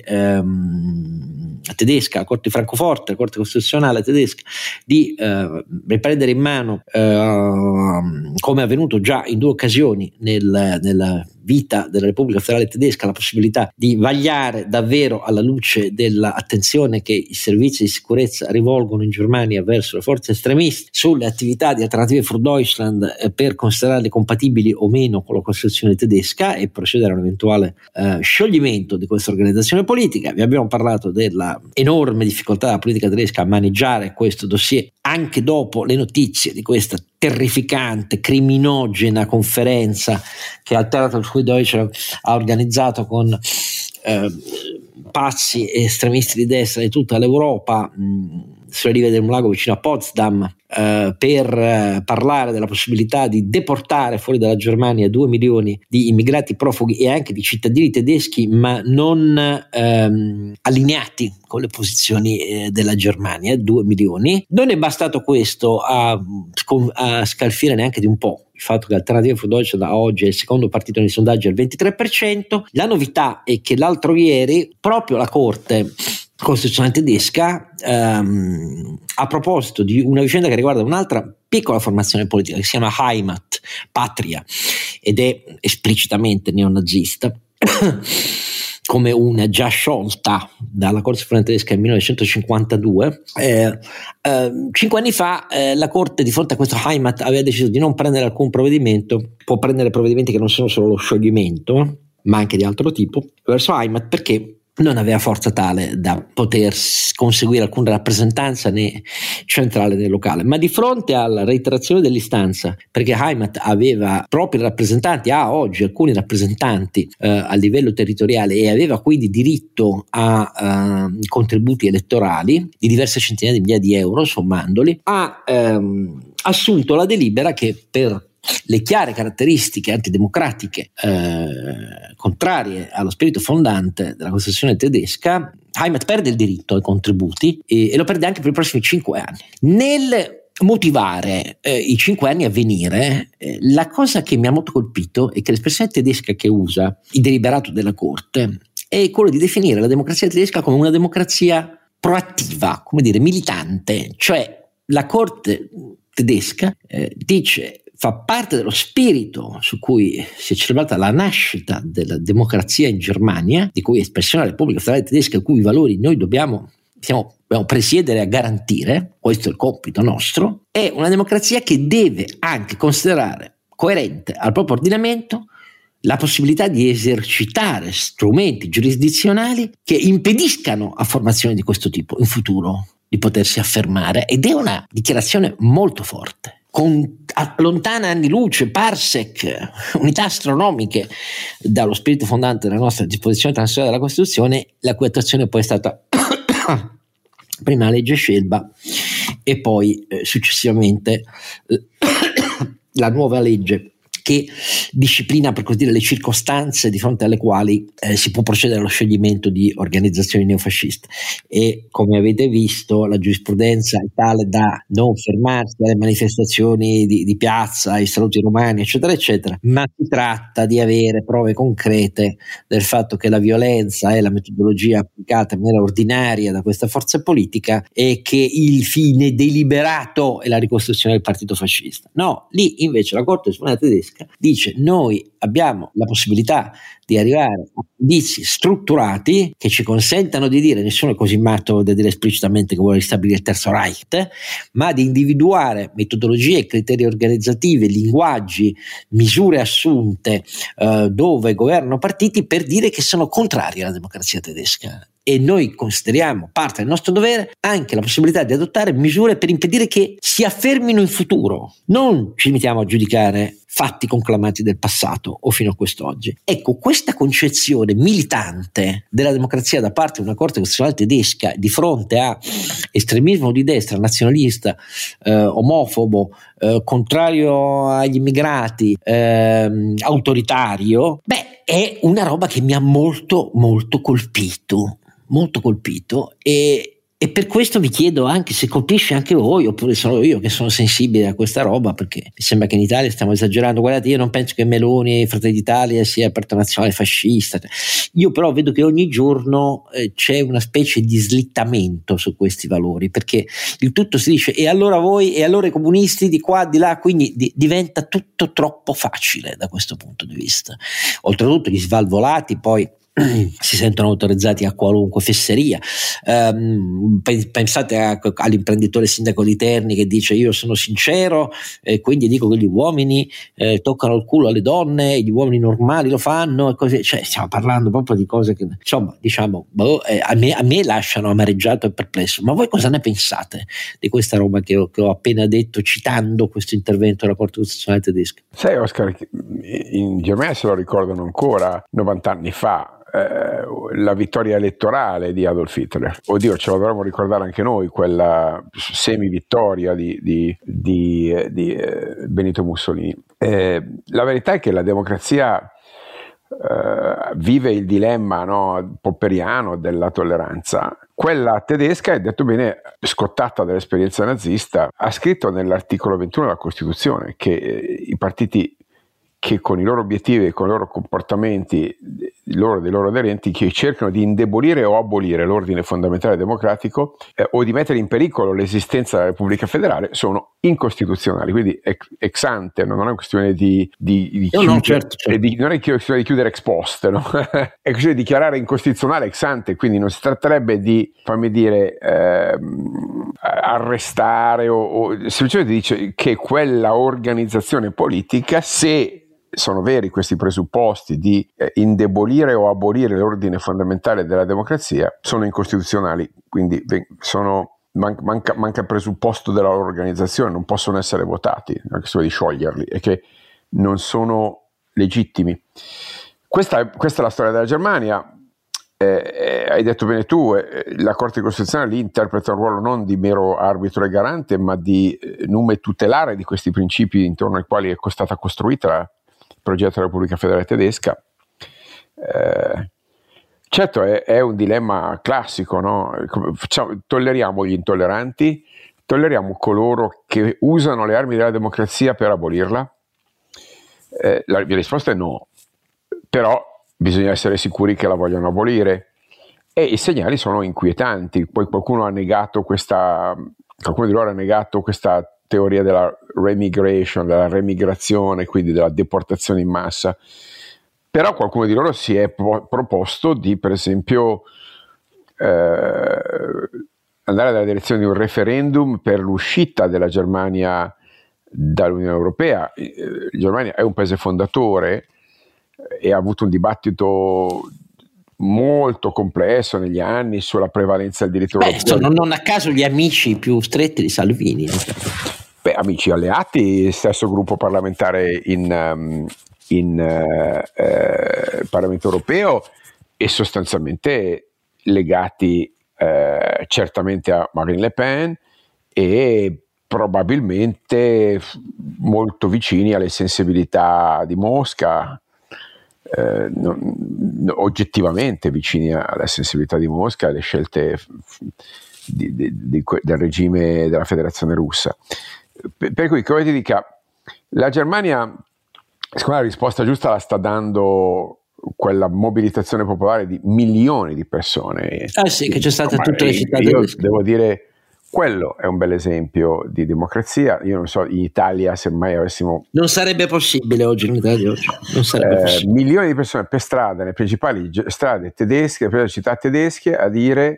tedesca, la Corte di Francoforte, la Corte Costituzionale tedesca, di riprendere in mano, come è avvenuto già in 2 occasioni nella vita della Repubblica Federale Tedesca, la possibilità di vagliare davvero, alla luce dell'attenzione che i servizi di sicurezza rivolgono in Germania verso le forze estremiste, sulle attività di Alternative für Deutschland per considerarle compatibili o meno con la Costituzione tedesca e procedere a un eventuale scioglimento di questa organizzazione politica. Vi abbiamo parlato della enorme difficoltà della politica tedesca a maneggiare questo dossier anche dopo le notizie di questa terrificante, criminogena conferenza che Alternative für Deutschland ha organizzato con pazzi e estremisti di destra di tutta l'Europa sulle rive del lago vicino a Potsdam, per parlare della possibilità di deportare fuori dalla Germania 2 milioni di immigrati profughi e anche di cittadini tedeschi ma non allineati con le posizioni della Germania, 2 milioni. Non è bastato questo a scalfire neanche di un po' il fatto che Alternative für Deutschland da oggi è il secondo partito nei sondaggi al 23%. La novità è che l'altro ieri proprio la Corte Costituzionale tedesca, a proposito di una vicenda che riguarda un'altra piccola formazione politica che si chiama Heimat, Patria, ed è esplicitamente neonazista, come una già sciolta dalla Corte Suprema tedesca nel 1952. 5 anni fa la Corte, di fronte a questo Heimat, aveva deciso di non prendere alcun provvedimento. Può prendere provvedimenti che non sono solo lo scioglimento, ma anche di altro tipo, verso Heimat, perché non aveva forza tale da poter conseguire alcuna rappresentanza né centrale né locale, ma di fronte alla reiterazione dell'istanza, perché Heimat aveva propri rappresentanti, ha oggi alcuni rappresentanti a livello territoriale e aveva quindi diritto a contributi elettorali di diverse centinaia di migliaia di euro sommandoli, ha assunto la delibera che per le chiare caratteristiche antidemocratiche contrarie allo spirito fondante della Costituzione tedesca, Heimat perde il diritto ai contributi e lo perde anche per i prossimi 5 anni. Nel motivare i 5 anni a venire, la cosa che mi ha molto colpito è che l'espressione tedesca che usa il deliberato della Corte è quello di definire la democrazia tedesca come una democrazia proattiva, come dire, militante, cioè la Corte tedesca dice fa parte dello spirito su cui si è celebrata la nascita della democrazia in Germania, di cui è espressione la Repubblica Federale Tedesca, i cui valori noi dobbiamo presiedere e garantire, questo è il compito nostro, è una democrazia che deve anche considerare coerente al proprio ordinamento la possibilità di esercitare strumenti giurisdizionali che impediscano a formazioni di questo tipo in futuro di potersi affermare, ed è una dichiarazione molto forte. Lontana anni luce, parsec, unità astronomiche dallo spirito fondante della nostra disposizione transitoria della Costituzione, la cui attuazione poi è stata prima la legge Scelba e poi successivamente la nuova legge che disciplina, per così dire, le circostanze di fronte alle quali si può procedere allo scioglimento di organizzazioni neofasciste. E come avete visto, la giurisprudenza è tale da non fermarsi alle manifestazioni di piazza, ai saluti romani, eccetera, eccetera, ma si tratta di avere prove concrete del fatto che la violenza è la metodologia applicata in maniera ordinaria da questa forza politica e che il fine deliberato è la ricostruzione del partito fascista. No, lì invece la Corte Suprema tedesca dice: noi abbiamo la possibilità di arrivare a giudizi strutturati che ci consentano di dire, nessuno è così matto da dire esplicitamente che vuole ristabilire il Terzo Reich, ma di individuare metodologie, criteri organizzativi, linguaggi, misure assunte dove governano partiti per dire che sono contrari alla democrazia tedesca. E noi consideriamo parte del nostro dovere anche la possibilità di adottare misure per impedire che si affermino in futuro. Non ci limitiamo a giudicare fatti conclamati del passato o fino a quest'oggi. Ecco, questa concezione militante della democrazia da parte di una Corte Costituzionale tedesca di fronte a estremismo di destra, nazionalista, omofobo, contrario agli immigrati, autoritario, è una roba che mi ha molto colpito e per questo vi chiedo anche se colpisce anche voi oppure sono io che sono sensibile a questa roba, perché mi sembra che in Italia stiamo esagerando. Guardate, io non penso che Meloni, Fratelli d'Italia, sia Partito Nazionale fascista, io però vedo che ogni giorno c'è una specie di slittamento su questi valori, perché il tutto si dice e allora voi e allora i comunisti di qua di là, quindi diventa tutto troppo facile da questo punto di vista. Oltretutto gli svalvolati poi si sentono autorizzati a qualunque fesseria. Pensate all'imprenditore sindaco di Terni che dice: io sono sincero e quindi dico che gli uomini toccano il culo alle donne, gli uomini normali lo fanno e così, cioè stiamo parlando proprio di cose che insomma diciamo a me lasciano amareggiato e perplesso. Ma voi cosa ne pensate di questa roba che ho appena detto citando questo intervento della Corte Costituzionale tedesca? Sai Oscar, in Germania se lo ricordano ancora 90 anni fa la vittoria elettorale di Adolf Hitler. Oddio, ce la dovremmo ricordare anche noi, quella semi-vittoria di Benito Mussolini. La verità è che la democrazia vive il dilemma, no, popperiano della tolleranza. Quella tedesca, è detto bene, scottata dall'esperienza nazista, ha scritto nell'articolo 21 della Costituzione che i partiti che con i loro obiettivi e con i loro comportamenti dei loro aderenti che cercano di indebolire o abolire l'ordine fondamentale democratico o di mettere in pericolo l'esistenza della Repubblica Federale sono incostituzionali, quindi ex ante, non è una questione di chiudere, no, certo. Non è questione di chiudere ex post, no? È questione di dichiarare incostituzionale ex ante, quindi non si tratterebbe di, fammi dire, arrestare o semplicemente dice che quella organizzazione politica, se sono veri questi presupposti di indebolire o abolire l'ordine fondamentale della democrazia, sono incostituzionali, quindi manca il presupposto della loro organizzazione, non possono essere votati, è una questione di scioglierli e che non sono legittimi. Questa è la storia della Germania. Hai detto bene tu, la Corte Costituzionale lì interpreta un ruolo non di mero arbitro e garante, ma di nume tutelare di questi principi intorno ai quali è stata costruita il progetto della Repubblica Federale Tedesca. Certo, è un dilemma classico, no? Tolleriamo gli intolleranti, tolleriamo coloro che usano le armi della democrazia per abolirla? La mia risposta è no, però bisogna essere sicuri che la vogliono abolire e i segnali sono inquietanti. Poi qualcuno di loro ha negato questa teoria della remigration, della remigrazione, quindi della deportazione in massa. Però qualcuno di loro si è proposto di, per esempio, andare nella direzione di un referendum per l'uscita della Germania dall'Unione Europea. La Germania è un paese fondatore e ha avuto un dibattito molto complesso negli anni sulla prevalenza del diritto europeo. Non a caso gli amici più stretti di Salvini. Amici alleati, stesso gruppo parlamentare in Parlamento europeo e sostanzialmente legati certamente a Marine Le Pen e probabilmente molto vicini alle sensibilità di Mosca, oggettivamente vicini alla sensibilità di Mosca e alle scelte del regime della Federazione Russa. Per cui, come ti dica, la Germania, secondo me, la risposta giusta la sta dando quella mobilitazione popolare di milioni di persone. Sì, che c'è stata tutte le città io tedesche. Devo dire, quello è un bel esempio di democrazia. Io non so, in Italia, se mai avessimo... Non sarebbe possibile oggi, in Italia oggi. Non sarebbe possibile. Milioni di persone per strada, nelle principali strade tedesche, per le città tedesche, a dire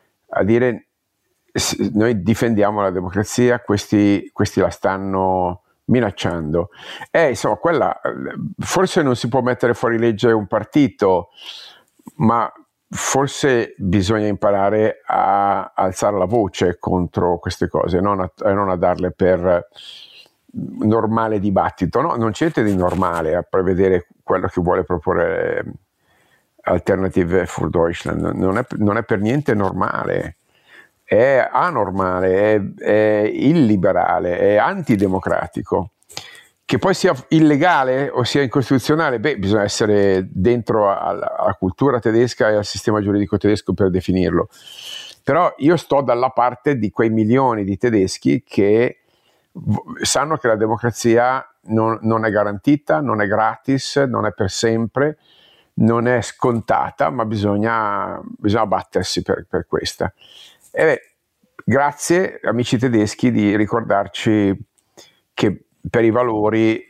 noi difendiamo la democrazia, questi la stanno minacciando. Insomma, quella forse non si può mettere fuori legge un partito, ma forse bisogna imparare a alzare la voce contro queste cose, non a darle per normale dibattito. No, non c'è niente di normale a prevedere quello che vuole proporre Alternative für Deutschland. Non è per niente normale. È anormale, è illiberale, è antidemocratico. Che poi sia illegale o sia incostituzionale, bisogna essere dentro alla cultura tedesca e al sistema giuridico tedesco per definirlo. Però io sto dalla parte di quei milioni di tedeschi che sanno che la democrazia non è garantita, non è gratis, non è per sempre, non è scontata, ma bisogna battersi per questa. Grazie amici tedeschi di ricordarci che per i valori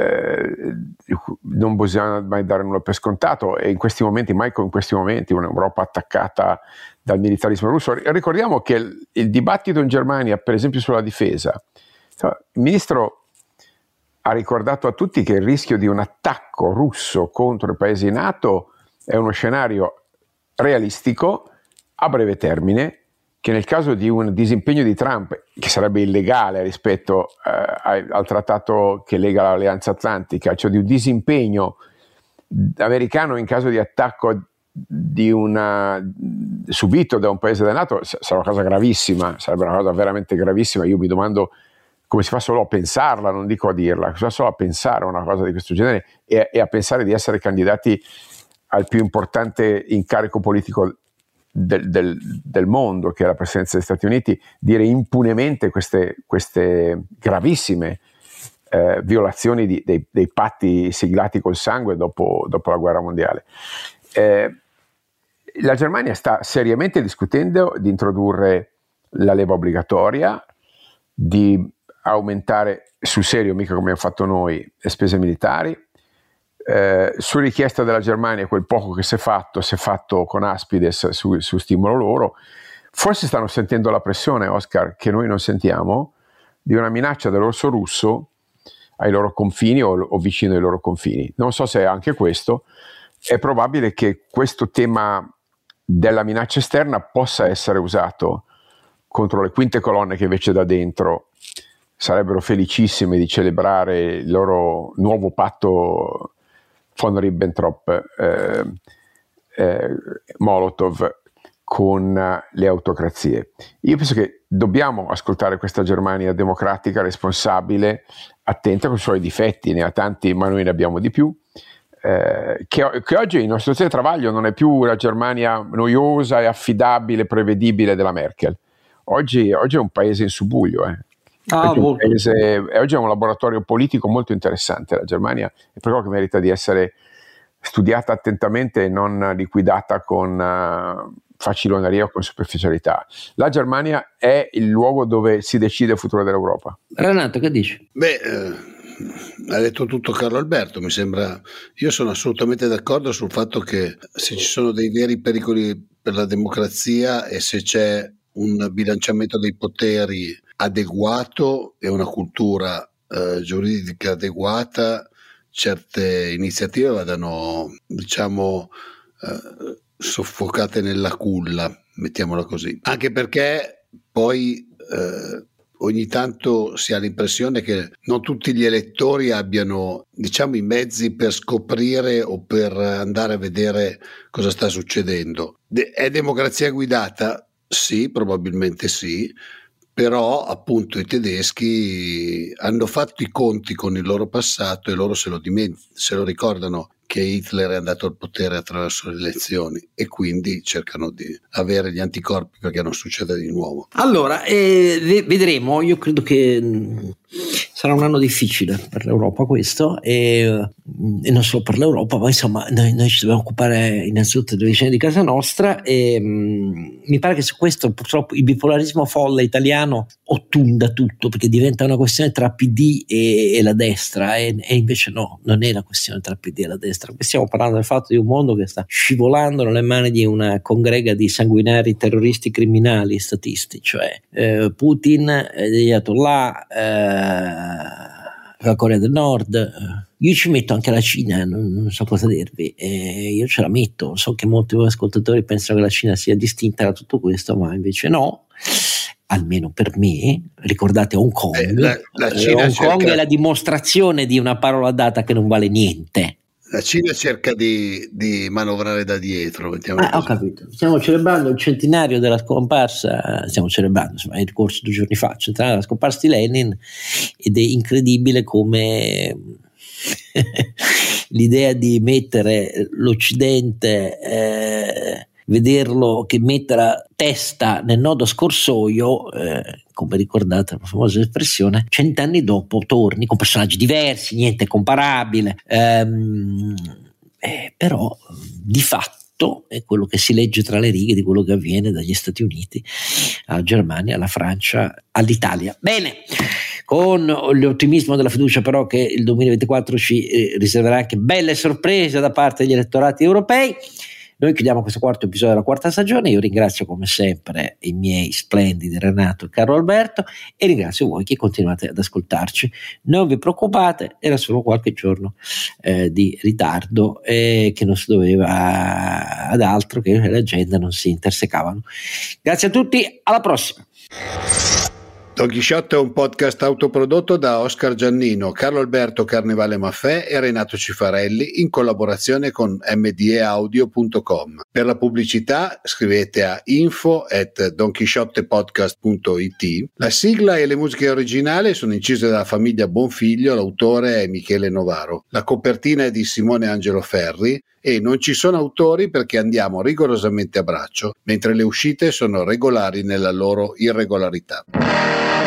non bisogna mai dare nulla per scontato, e in questi momenti, un'Europa attaccata dal militarismo russo. Ricordiamo che il dibattito in Germania, per esempio sulla difesa, il ministro ha ricordato a tutti che il rischio di un attacco russo contro i paesi NATO è uno scenario realistico a breve termine, che nel caso di un disimpegno di Trump, che sarebbe illegale rispetto al trattato che lega l'Alleanza Atlantica, cioè di un disimpegno americano in caso di attacco subito da un paese del NATO, sarà una cosa gravissima, sarebbe una cosa veramente gravissima. Io mi domando come si fa solo a pensarla, non dico a dirla, si fa solo a pensare a una cosa di questo genere e a pensare di essere candidati al più importante incarico politico del mondo, che è la presidenza degli Stati Uniti, dire impunemente queste gravissime violazioni dei patti siglati col sangue dopo la guerra mondiale. La Germania sta seriamente discutendo di introdurre la leva obbligatoria, di aumentare sul serio, mica come abbiamo fatto noi, le spese militari. Su richiesta della Germania, quel poco che si è fatto con Aspides su stimolo loro. Forse stanno sentendo la pressione, Oscar, che noi non sentiamo, di una minaccia dell'orso russo ai loro confini o vicino ai loro confini. Non so se è anche questo. È probabile che questo tema della minaccia esterna possa essere usato contro le quinte colonne che invece da dentro sarebbero felicissime di celebrare il loro nuovo patto von Ribbentrop-Molotov con le autocrazie. Io penso che dobbiamo ascoltare questa Germania democratica, responsabile, attenta con i suoi difetti, ne ha tanti ma noi ne abbiamo di più, che oggi in una situazione di travaglio non è più la Germania noiosa e affidabile, prevedibile della Merkel. Oggi è un paese in subbuglio. Oggi è un laboratorio politico molto interessante. La Germania è proprio che merita di essere studiata attentamente e non liquidata con faciloneria o con superficialità. La Germania è il luogo dove si decide il futuro dell'Europa. Renato, che dici? Ha detto tutto Carlo Alberto, mi sembra. Io sono assolutamente d'accordo sul fatto che se ci sono dei veri pericoli per la democrazia e se c'è un bilanciamento dei poteri adeguato e una cultura giuridica adeguata, certe iniziative vadano, soffocate nella culla, mettiamola così. Anche perché poi ogni tanto si ha l'impressione che non tutti gli elettori abbiano, i mezzi per scoprire o per andare a vedere cosa sta succedendo. È democrazia guidata? Sì, probabilmente sì, però appunto i tedeschi hanno fatto i conti con il loro passato e loro se lo ricordano che Hitler è andato al potere attraverso le elezioni e quindi cercano di avere gli anticorpi perché non succeda di nuovo. Allora, vedremo. Io credo che sarà un anno difficile per l'Europa questo e non solo per l'Europa, ma insomma noi ci dobbiamo occupare innanzitutto delle vicende di casa nostra e mi pare che su questo purtroppo il bipolarismo folle italiano ottunda tutto perché diventa una questione tra PD e la destra e invece no, non è la questione tra PD e la destra. Stiamo parlando del fatto di un mondo che sta scivolando nelle mani di una congrega di sanguinari terroristi criminali statisti, cioè Putin, gli Ayatollah, la Corea del Nord. Io ci metto anche la Cina, non so cosa dirvi, io ce la metto. So che molti voi ascoltatori pensano che la Cina sia distinta da tutto questo, ma invece no, almeno per me. Ricordate Hong Kong, la Cina Hong Kong è la dimostrazione di una parola data che non vale niente. La Cina cerca di manovrare da dietro. Ho capito. Stiamo celebrando il centenario della scomparsa, insomma, è ricorso 2 giorni fa, il centenario della scomparsa di Lenin, ed è incredibile come l'idea di mettere l'Occidente, vederlo che mette la testa nel nodo scorsoio, come ricordate la famosa espressione, 100 anni dopo torni con personaggi diversi, niente comparabile, però di fatto è quello che si legge tra le righe di quello che avviene dagli Stati Uniti alla Germania, alla Francia, all'Italia. Bene, con l'ottimismo della fiducia però che il 2024 ci riserverà anche belle sorprese da parte degli elettorati europei, noi chiudiamo questo quarto episodio della quarta stagione. Io ringrazio come sempre i miei splendidi Renato e Carlo Alberto e ringrazio voi che continuate ad ascoltarci. Non vi preoccupate, era solo qualche giorno di ritardo che non si doveva ad altro che l'agenda non si intersecavano. Grazie a tutti, alla prossima. Don Chisciotte è un podcast autoprodotto da Oscar Giannino, Carlo Alberto Carnevale Maffè e Renato Cifarelli in collaborazione con mdeaudio.com. Per la pubblicità scrivete a info@donchisciottepodcast.it. La sigla e le musiche originali sono incise dalla famiglia Bonfiglio, l'autore è Michele Novaro. La copertina è di Simone Angelo Ferri e non ci sono autori perché andiamo rigorosamente a braccio, mentre le uscite sono regolari nella loro irregolarità.